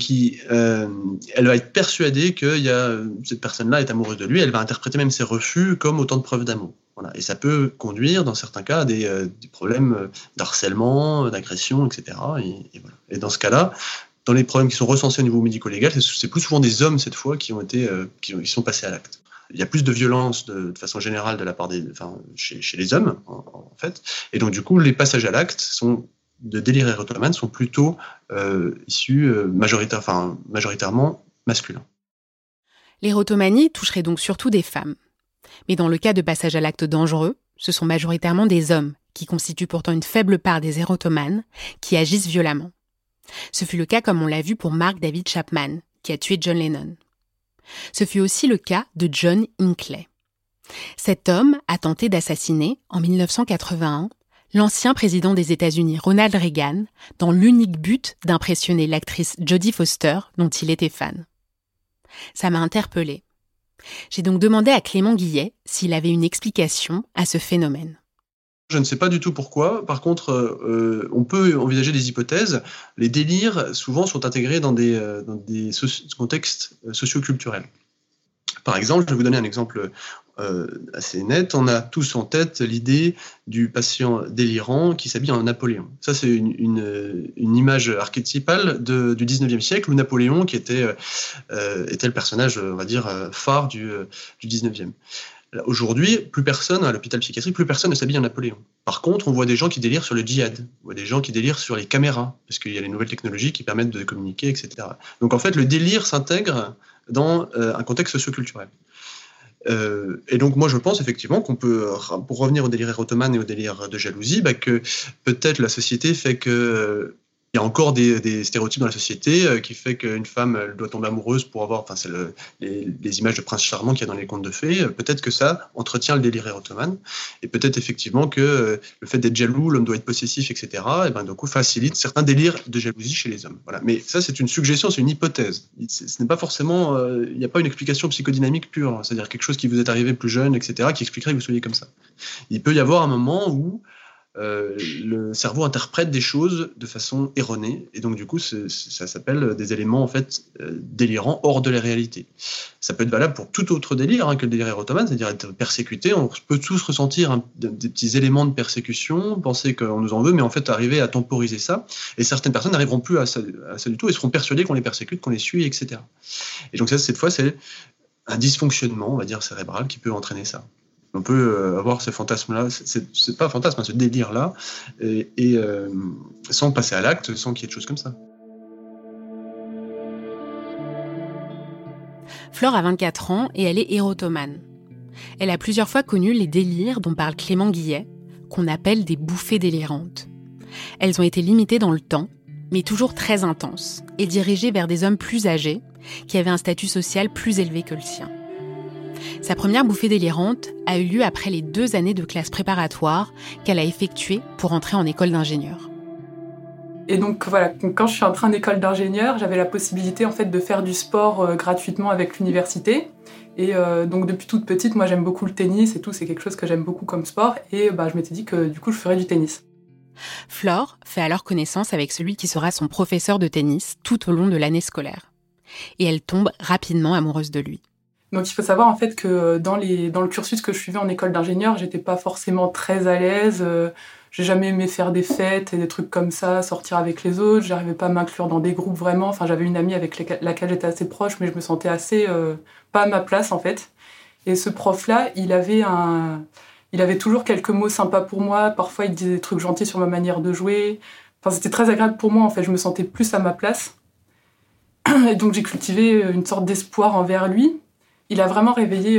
elle va être persuadée que cette personne-là est amoureuse de lui, elle va interpréter même ses refus comme autant de preuves d'amour. Voilà. Et ça peut conduire, dans certains cas, à des problèmes d'harcèlement, d'agression, etc. Et voilà. Et dans ce cas-là, dans les problèmes qui sont recensés au niveau médico-légal, c'est plus souvent des hommes, cette fois, qui sont passés à l'acte. Il y a plus de violence, de façon générale, de la part chez les hommes, en fait. Et donc, du coup, les passages à l'acte de délire érotomane sont plutôt issus majoritairement masculins. L'érotomanie toucherait donc surtout des femmes. Mais dans le cas de passage à l'acte dangereux, ce sont majoritairement des hommes, qui constituent pourtant une faible part des érotomanes, qui agissent violemment. Ce fut le cas, comme on l'a vu, pour Mark David Chapman, qui a tué John Lennon. Ce fut aussi le cas de John Hinckley. Cet homme a tenté d'assassiner, en 1981, l'ancien président des États-Unis Ronald Reagan, dans l'unique but d'impressionner l'actrice Jodie Foster, dont il était fan. Ça m'a interpellée. J'ai donc demandé à Clément Guillet s'il avait une explication à ce phénomène. Je ne sais pas du tout pourquoi. Par contre, on peut envisager des hypothèses. Les délires, souvent, sont intégrés dans des contextes socioculturels. Par exemple, je vais vous donner un exemple assez net. On a tous en tête l'idée du patient délirant qui s'habille en Napoléon. Ça, c'est une image archétypale du 19e siècle où Napoléon, qui était le personnage, on va dire, phare du 19e. Aujourd'hui, plus personne, à l'hôpital psychiatrique, plus personne ne s'habille en Napoléon. Par contre, on voit des gens qui délirent sur le djihad, on voit des gens qui délirent sur les caméras, parce qu'il y a les nouvelles technologies qui permettent de communiquer, etc. Donc en fait, le délire s'intègre dans un contexte socioculturel. Et donc moi je pense effectivement qu'on peut, pour revenir au délire érotomane et au délire de jalousie, que peut-être la société fait que il y a encore des stéréotypes dans la société qui fait qu'une femme elle doit tomber amoureuse pour avoir, c'est les images de prince charmant qu'il y a dans les contes de fées. Peut-être que ça entretient le délire érotomane, et peut-être effectivement que le fait d'être jaloux, l'homme doit être possessif, etc. Et du coup facilite certains délires de jalousie chez les hommes. Voilà. Mais ça c'est une suggestion, c'est une hypothèse. Ce n'est pas forcément, il n'y a pas une explication psychodynamique pure, c'est-à-dire quelque chose qui vous est arrivé plus jeune, etc. qui expliquerait que vous soyez comme ça. Il peut y avoir un moment où le cerveau interprète des choses de façon erronée, et donc du coup ça s'appelle des éléments en fait délirants hors de la réalité. Ça peut être valable pour tout autre délire que le délire érotomane, c'est-à-dire être persécuté. On peut tous ressentir des petits éléments de persécution, penser qu'on nous en veut, mais en fait arriver à temporiser ça, et certaines personnes n'arriveront plus à ça du tout et seront persuadées qu'on les persécute, qu'on les suit, etc. Et donc ça, cette fois c'est un dysfonctionnement, on va dire, cérébral qui peut entraîner ça. On peut avoir ce fantasme-là, c'est pas un fantasme, ce délire-là, et sans passer à l'acte, sans qu'il y ait de choses comme ça. Flore a 24 ans et elle est érotomane. Elle a plusieurs fois connu les délires dont parle Clément Guillet, qu'on appelle des bouffées délirantes. Elles ont été limitées dans le temps, mais toujours très intenses, et dirigées vers des hommes plus âgés, qui avaient un statut social plus élevé que le sien. Sa première bouffée délirante a eu lieu après les 2 années de classe préparatoire qu'elle a effectuées pour entrer en école d'ingénieur. Et donc voilà, quand je suis entrée en école d'ingénieur, j'avais la possibilité en fait de faire du sport gratuitement avec l'université. Et donc depuis toute petite, moi j'aime beaucoup le tennis et tout, c'est quelque chose que j'aime beaucoup comme sport. Et je m'étais dit que du coup je ferais du tennis. Flore fait alors connaissance avec celui qui sera son professeur de tennis tout au long de l'année scolaire. Et elle tombe rapidement amoureuse de lui. Donc il faut savoir en fait que dans le cursus que je suivais en école d'ingénieur, j'étais pas forcément très à l'aise. J'ai jamais aimé faire des fêtes et des trucs comme ça, sortir avec les autres. J'arrivais pas à m'inclure dans des groupes vraiment. Enfin, j'avais une amie avec laquelle j'étais assez proche, mais je me sentais assez pas à ma place en fait. Et ce prof-là, il avait toujours quelques mots sympas pour moi. Parfois, il disait des trucs gentils sur ma manière de jouer. c'était très agréable pour moi, en fait. Je me sentais plus à ma place. Et donc, j'ai cultivé une sorte d'espoir envers lui. Il a vraiment réveillé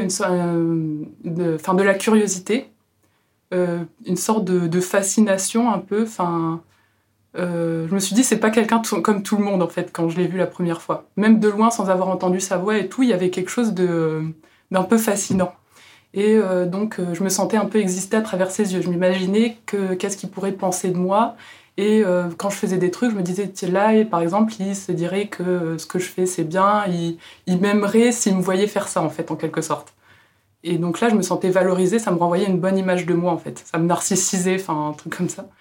de la curiosité, une sorte de fascination un peu. Je me suis dit, c'est pas quelqu'un comme tout le monde, en fait, quand je l'ai vu la première fois. Même de loin, sans avoir entendu sa voix et tout, il y avait quelque chose d'un peu fascinant. Et donc, je me sentais un peu exister à travers ses yeux. Je m'imaginais qu'est-ce qu'il pourrait penser de moi. Et quand je faisais des trucs, je me disais, là, par exemple, il se dirait que ce que je fais, c'est bien. Il m'aimerait s'il me voyait faire ça, en fait, en quelque sorte. Et donc là, je me sentais valorisée. Ça me renvoyait une bonne image de moi, en fait. Ça me narcissisait, un truc comme ça.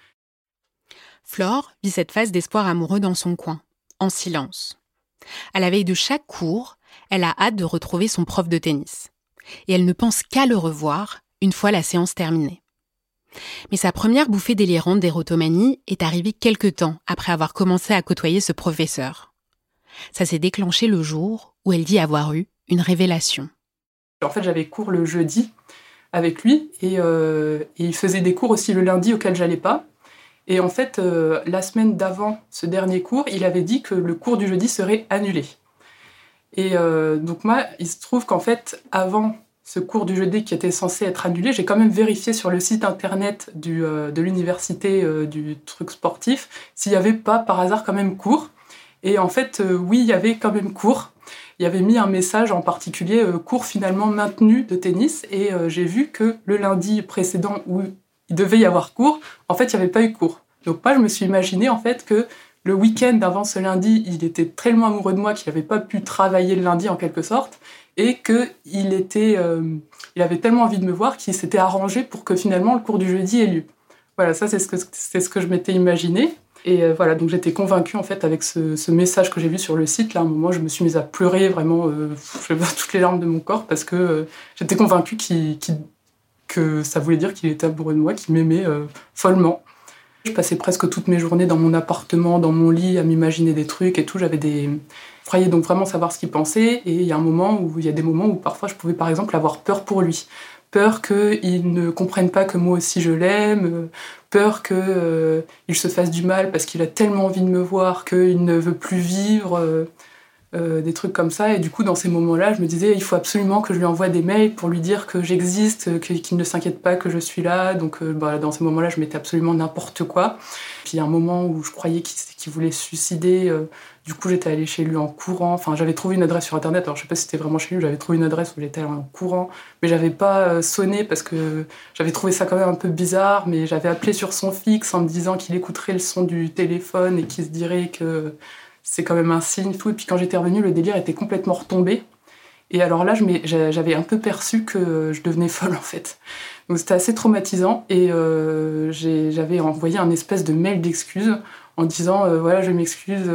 Flore vit cette phase d'espoir amoureux dans son coin, en silence. À la veille de chaque cours, elle a hâte de retrouver son prof de tennis. Et elle ne pense qu'à le revoir une fois la séance terminée. Mais sa première bouffée délirante d'érotomanie est arrivée quelque temps après avoir commencé à côtoyer ce professeur. Ça s'est déclenché le jour où elle dit avoir eu une révélation. En fait, j'avais cours le jeudi avec lui et il faisait des cours aussi le lundi auxquels j'allais pas. Et en fait, la semaine d'avant ce dernier cours, il avait dit que le cours du jeudi serait annulé. Et donc moi, il se trouve qu'en fait, avant ce cours du jeudi qui était censé être annulé, j'ai quand même vérifié sur le site internet de l'université du truc sportif s'il n'y avait pas par hasard quand même cours. Et en fait, oui, il y avait quand même cours. Il y avait mis un message en particulier, cours finalement maintenu de tennis. Et j'ai vu que le lundi précédent où il devait y avoir cours, en fait, il n'y avait pas eu cours. Donc moi, je me suis imaginé en fait que le week-end avant ce lundi, il était tellement amoureux de moi qu'il n'avait pas pu travailler le lundi en quelque sorte, et qu'il avait tellement envie de me voir qu'il s'était arrangé pour que finalement le cours du jeudi ait lieu. Voilà, ça c'est ce que je m'étais imaginé. Et voilà, donc j'étais convaincue en fait avec ce message que j'ai vu sur le site. Là, à un moment, je me suis mise à pleurer vraiment, je vois toutes les larmes de mon corps parce que j'étais convaincue que ça voulait dire qu'il était amoureux de moi, qu'il m'aimait follement. Je passais presque toutes mes journées dans mon appartement, dans mon lit, à m'imaginer des trucs et tout. Je croyais donc vraiment savoir ce qu'il pensait. Et il y a des moments où parfois je pouvais par exemple avoir peur pour lui. Peur qu'il ne comprenne pas que moi aussi je l'aime. Peur qu'il se fasse du mal parce qu'il a tellement envie de me voir qu'il ne veut plus vivre. Des trucs comme ça. Et du coup, dans ces moments-là, je me disais, il faut absolument que je lui envoie des mails pour lui dire que j'existe, qu'il ne s'inquiète pas que je suis là. Donc, dans ces moments-là, je mettais absolument n'importe quoi. Puis, il y a un moment où je croyais qu'il voulait se suicider. Du coup, j'étais allée chez lui en courant. Enfin, j'avais trouvé une adresse sur Internet. Alors, je sais pas si c'était vraiment chez lui. J'avais trouvé une adresse où j'étais allée en courant. Mais j'avais pas sonné parce que j'avais trouvé ça quand même un peu bizarre. Mais j'avais appelé sur son fixe en me disant qu'il écouterait le son du téléphone et qu'il se dirait que c'est quand même un signe, tout. Et puis quand j'étais revenue, le délire était complètement retombé. Et alors là, j'avais un peu perçu que je devenais folle, en fait. Donc c'était assez traumatisant. Et j'avais envoyé un espèce de mail d'excuses en disant, voilà, je m'excuse,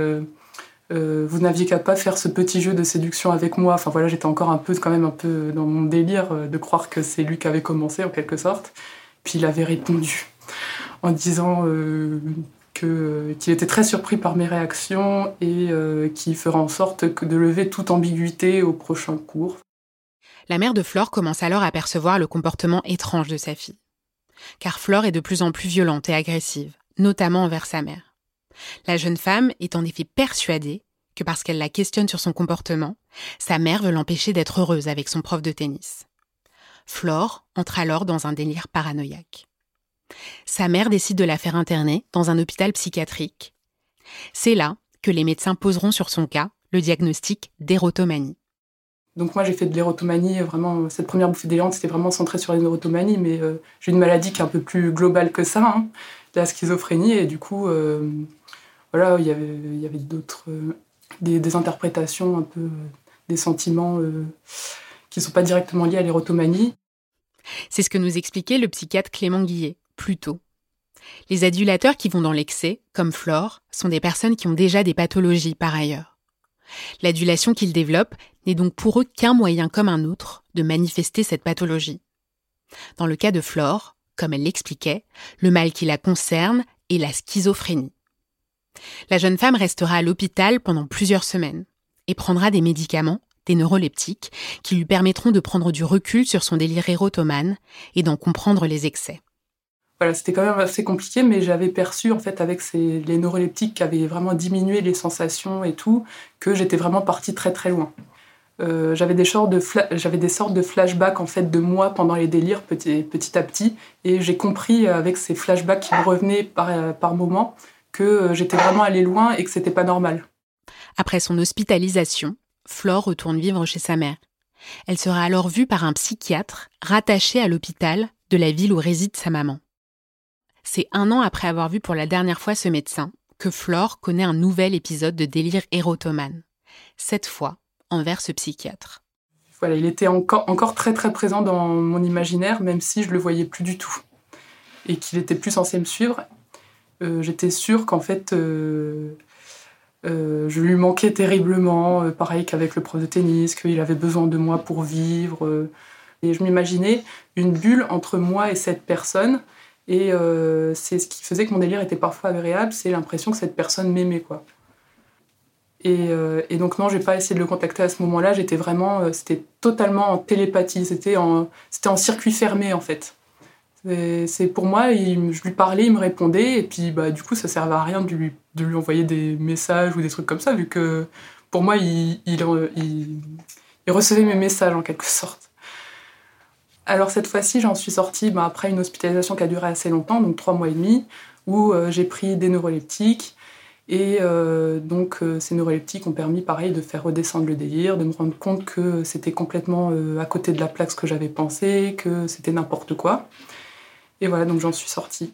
vous n'aviez qu'à pas faire ce petit jeu de séduction avec moi. Enfin voilà, j'étais encore quand même un peu dans mon délire de croire que c'est lui qui avait commencé, en quelque sorte. Puis il avait répondu en disant qu'il était très surpris par mes réactions et qu'il fera en sorte de lever toute ambiguïté au prochain cours. La mère de Flore commence alors à percevoir le comportement étrange de sa fille. Car Flore est de plus en plus violente et agressive, notamment envers sa mère. La jeune femme est en effet persuadée que parce qu'elle la questionne sur son comportement, sa mère veut l'empêcher d'être heureuse avec son prof de tennis. Flore entre alors dans un délire paranoïaque. Sa mère décide de la faire interner dans un hôpital psychiatrique. C'est là que les médecins poseront sur son cas le diagnostic d'érotomanie. Donc moi j'ai fait de l'érotomanie, vraiment, cette première bouffée délirante c'était vraiment centré sur l'érotomanie, mais j'ai une maladie qui est un peu plus globale que ça, la schizophrénie, et du coup, voilà, il y avait d'autres, des interprétations un peu, des sentiments qui ne sont pas directement liés à l'érotomanie. C'est ce que nous expliquait le psychiatre Clément Guillet, plus tôt. Les adulateurs qui vont dans l'excès, comme Flore, sont des personnes qui ont déjà des pathologies par ailleurs. L'adulation qu'ils développent n'est donc pour eux qu'un moyen comme un autre de manifester cette pathologie. Dans le cas de Flore, comme elle l'expliquait, le mal qui la concerne est la schizophrénie. La jeune femme restera à l'hôpital pendant plusieurs semaines et prendra des médicaments, des neuroleptiques, qui lui permettront de prendre du recul sur son délire érotomane et d'en comprendre les excès. Voilà, c'était quand même assez compliqué, mais j'avais perçu, en fait, avec les neuroleptiques qui avaient vraiment diminué les sensations et tout, que j'étais vraiment partie très très loin. J'avais des sortes de flashbacks, en fait, de moi pendant les délires, petit à petit, et j'ai compris, avec ces flashbacks qui me revenaient par moments, que j'étais vraiment allée loin et que c'était pas normal. Après son hospitalisation, Flore retourne vivre chez sa mère. Elle sera alors vue par un psychiatre rattaché à l'hôpital de la ville où réside sa maman. C'est 1 an après avoir vu pour la dernière fois ce médecin que Flore connaît un nouvel épisode de délire érotomane. Cette fois, envers ce psychiatre. Voilà, il était encore très très présent dans mon imaginaire, même si je le voyais plus du tout. Et qu'il était plus censé me suivre. J'étais sûre qu'en fait, je lui manquais terriblement, pareil qu'avec le prof de tennis, qu'il avait besoin de moi pour vivre. Et je m'imaginais une bulle entre moi et cette personne. Et c'est ce qui faisait que mon délire était parfois agréable, c'est l'impression que cette personne m'aimait, quoi. Et donc non, j'ai pas essayé de le contacter à ce moment-là, c'était totalement en télépathie, c'était en circuit fermé, en fait. C'est pour moi, je lui parlais, il me répondait, et puis du coup, ça servait à rien de lui envoyer des messages ou des trucs comme ça, vu que pour moi, il recevait mes messages, en quelque sorte. Alors cette fois-ci, j'en suis sortie après une hospitalisation qui a duré assez longtemps, donc 3 mois et demi, où j'ai pris des neuroleptiques. Et donc ces neuroleptiques ont permis, pareil, de faire redescendre le délire, de me rendre compte que c'était complètement à côté de la plaque ce que j'avais pensé, que c'était n'importe quoi. Et voilà, donc j'en suis sortie.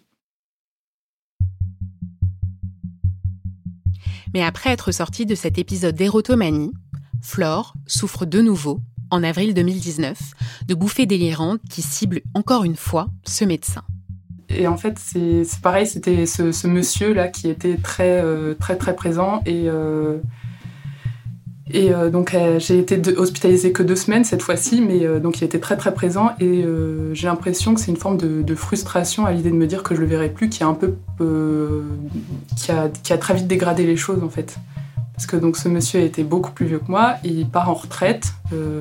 Mais après être sortie de cet épisode d'érotomanie, Flore souffre de nouveau, en avril 2019, de bouffées délirantes qui ciblent encore une fois ce médecin. Et en fait, c'est pareil, c'était ce monsieur-là qui était très, très, très présent. Et donc, j'ai été hospitalisée que 2 semaines cette fois-ci, mais donc il était très, très présent. Et j'ai l'impression que c'est une forme de frustration à l'idée de me dire que je le verrai plus, qui a très vite dégradé les choses, en fait. Parce que donc, ce monsieur était beaucoup plus vieux que moi, il part en retraite.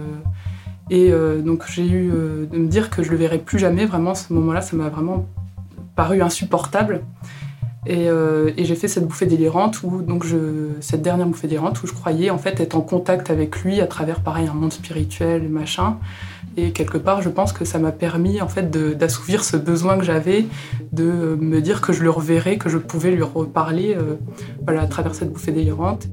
Donc, j'ai eu de me dire que je le verrai plus jamais. Vraiment, ce moment-là, ça m'a vraiment paru insupportable. Et j'ai fait cette bouffée délirante cette dernière bouffée délirante où je croyais en fait être en contact avec lui à travers pareil un monde spirituel machin. Et quelque part je pense que ça m'a permis en fait d'assouvir ce besoin que j'avais de me dire que je le reverrais, que je pouvais lui reparler à travers cette bouffée délirante.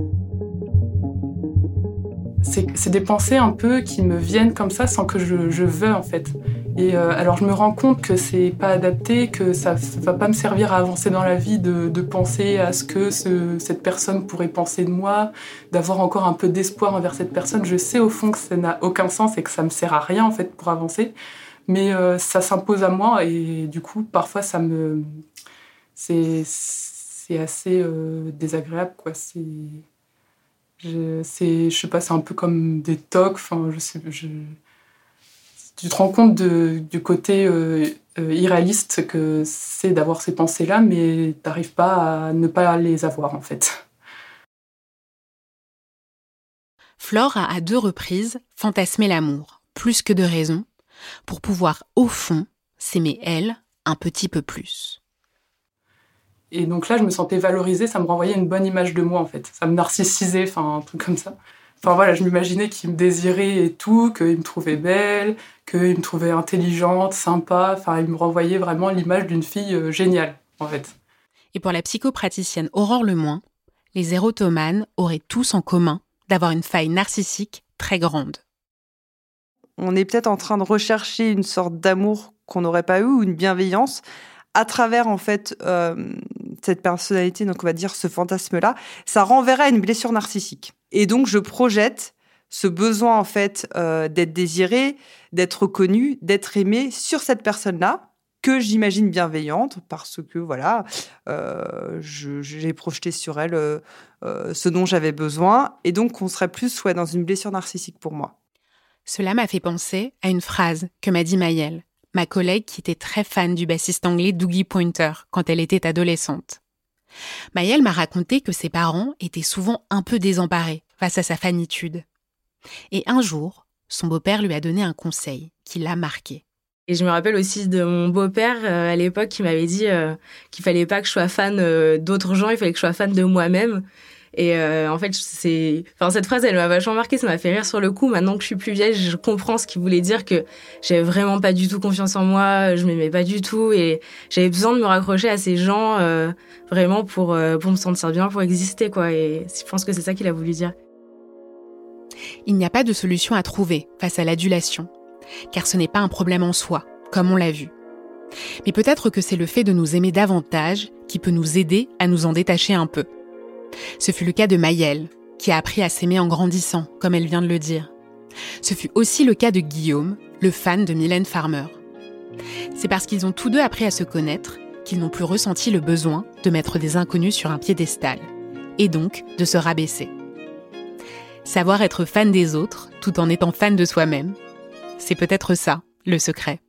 C'est des pensées un peu qui me viennent comme ça sans que je veuille en fait. Et alors je me rends compte que c'est pas adapté, que ça va pas me servir à avancer dans la vie de penser à ce que cette personne pourrait penser de moi, d'avoir encore un peu d'espoir envers cette personne. Je sais au fond que ça n'a aucun sens et que ça me sert à rien en fait pour avancer, mais ça s'impose à moi et du coup parfois c'est assez désagréable quoi. Je sais pas, c'est un peu comme des tocs, enfin tu te rends compte du côté irréaliste que c'est d'avoir ces pensées-là, mais t'arrives pas à ne pas les avoir, en fait. Flore a à 2 reprises fantasmé l'amour, plus que de raison, pour pouvoir, au fond, s'aimer elle un petit peu plus. Et donc là, je me sentais valorisée, ça me renvoyait une bonne image de moi, en fait. Ça me narcissisait, enfin, un truc comme ça. Enfin voilà, je m'imaginais qu'il me désirait et tout, qu'il me trouvait belle, qu'il me trouvait intelligente, sympa. Enfin, il me renvoyait vraiment l'image d'une fille géniale, en fait. Et pour la psychopraticienne Aurore Lemoin, les érotomanes auraient tous en commun d'avoir une faille narcissique très grande. On est peut-être en train de rechercher une sorte d'amour qu'on n'aurait pas eu ou une bienveillance à travers en fait cette personnalité, donc on va dire ce fantasme-là, ça renverrait à une blessure narcissique. Et donc je projette ce besoin en fait d'être désiré, d'être reconnu, d'être aimé sur cette personne-là que j'imagine bienveillante parce que voilà, j'ai projeté sur elle ce dont j'avais besoin et donc on serait plus dans une blessure narcissique pour moi. Cela m'a fait penser à une phrase que m'a dit Maëlle, ma collègue qui était très fan du bassiste anglais Dougie Pointer quand elle était adolescente. Maëlle m'a raconté que ses parents étaient souvent un peu désemparés face à sa fanitude. Et un jour, son beau-père lui a donné un conseil qui l'a marqué. Et je me rappelle aussi de mon beau-père à l'époque qui m'avait dit qu'il fallait pas que je sois fan d'autres gens, il fallait que je sois fan de moi-même. Et en fait, cette phrase, elle m'a vachement marquée, ça m'a fait rire sur le coup. Maintenant que je suis plus vieille, je comprends ce qu'il voulait dire, que j'avais vraiment pas du tout confiance en moi, je m'aimais pas du tout et j'avais besoin de me raccrocher à ces gens vraiment pour me sentir bien, pour exister, quoi. Et je pense que c'est ça qu'il a voulu dire. Il n'y a pas de solution à trouver face à l'adulation, car ce n'est pas un problème en soi, comme on l'a vu. Mais peut-être que c'est le fait de nous aimer davantage qui peut nous aider à nous en détacher un peu. Ce fut le cas de Maëlle, qui a appris à s'aimer en grandissant, comme elle vient de le dire. Ce fut aussi le cas de Guillaume, le fan de Mylène Farmer. C'est parce qu'ils ont tous deux appris à se connaître qu'ils n'ont plus ressenti le besoin de mettre des inconnus sur un piédestal, et donc de se rabaisser. Savoir être fan des autres tout en étant fan de soi-même, c'est peut-être ça, le secret.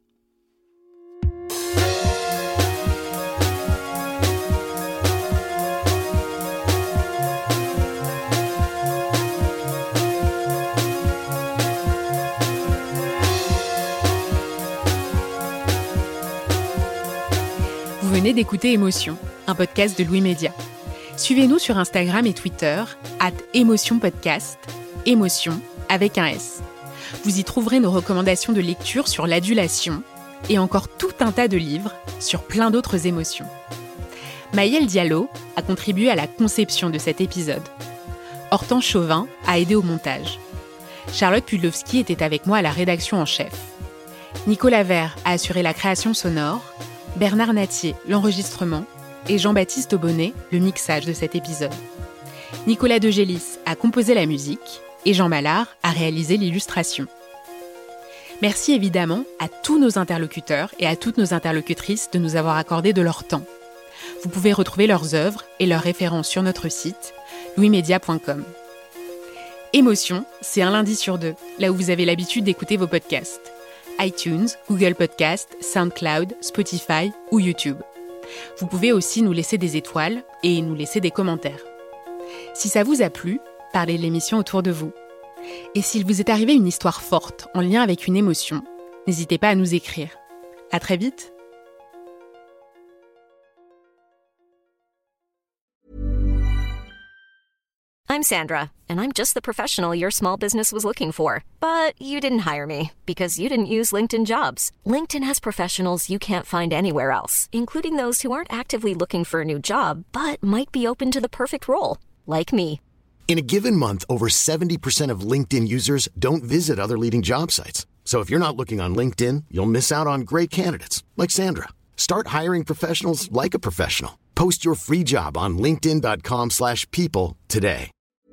Vous venez d'écouter Émotion, un podcast de Louis Média. Suivez-nous sur Instagram et Twitter, @émotionpodcast, émotion avec un S. Vous y trouverez nos recommandations de lecture sur l'adulation et encore tout un tas de livres sur plein d'autres émotions. Maëlle Diallo a contribué à la conception de cet épisode. Hortense Chauvin a aidé au montage. Charlotte Pudlowski était avec moi à la rédaction en chef. Nicolas Vert a assuré la création sonore, Bernard Natier l'enregistrement et Jean-Baptiste Aubonnet le mixage de cet épisode. Nicolas Degélis a composé la musique et Jean Mallard a réalisé l'illustration. Merci évidemment à tous nos interlocuteurs et à toutes nos interlocutrices de nous avoir accordé de leur temps. Vous pouvez retrouver leurs œuvres et leurs références sur notre site louismedia.com. Émotion, c'est un lundi sur 2, là où vous avez l'habitude d'écouter vos podcasts. iTunes, Google Podcast, SoundCloud, Spotify ou YouTube. Vous pouvez aussi nous laisser des étoiles et nous laisser des commentaires. Si ça vous a plu, parlez de l'émission autour de vous. Et s'il vous est arrivé une histoire forte en lien avec une émotion, n'hésitez pas à nous écrire. À très vite! I'm Sandra, and I'm just the professional your small business was looking for. But you didn't hire me because you didn't use LinkedIn Jobs. LinkedIn has professionals you can't find anywhere else, including those who aren't actively looking for a new job, but might be open to the perfect role, like me. In a given month, over 70% of LinkedIn users don't visit other leading job sites. So if you're not looking on LinkedIn, you'll miss out on great candidates like Sandra. Start hiring professionals like a professional. Post your free job on linkedin.com/people today.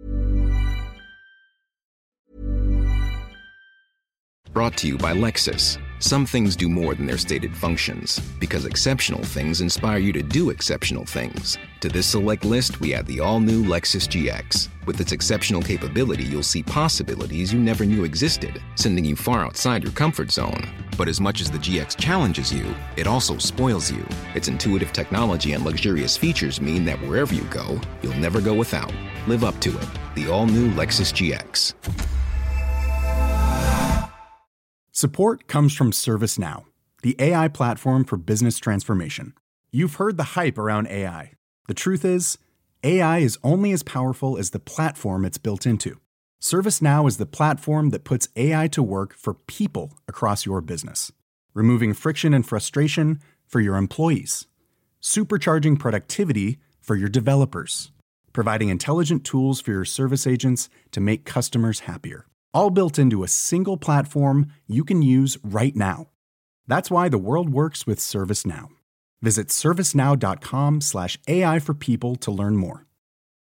Brought to you by Lexus. Some things do more than their stated functions, because exceptional things inspire you to do exceptional things. To this select list, we add the all-new Lexus GX. With its exceptional capability, you'll see possibilities you never knew existed, sending you far outside your comfort zone. But as much as the GX challenges you, it also spoils you. Its intuitive technology and luxurious features mean that wherever you go, you'll never go without. Live up to it. The all-new Lexus GX. Support comes from ServiceNow, the AI platform for business transformation. You've heard the hype around AI. The truth is, AI is only as powerful as the platform it's built into. ServiceNow is the platform that puts AI to work for people across your business, removing friction and frustration for your employees, supercharging productivity for your developers, providing intelligent tools for your service agents to make customers happier. All built into a single platform you can use right now. That's why the world works with ServiceNow. Visit servicenow.com/AI for people to learn more.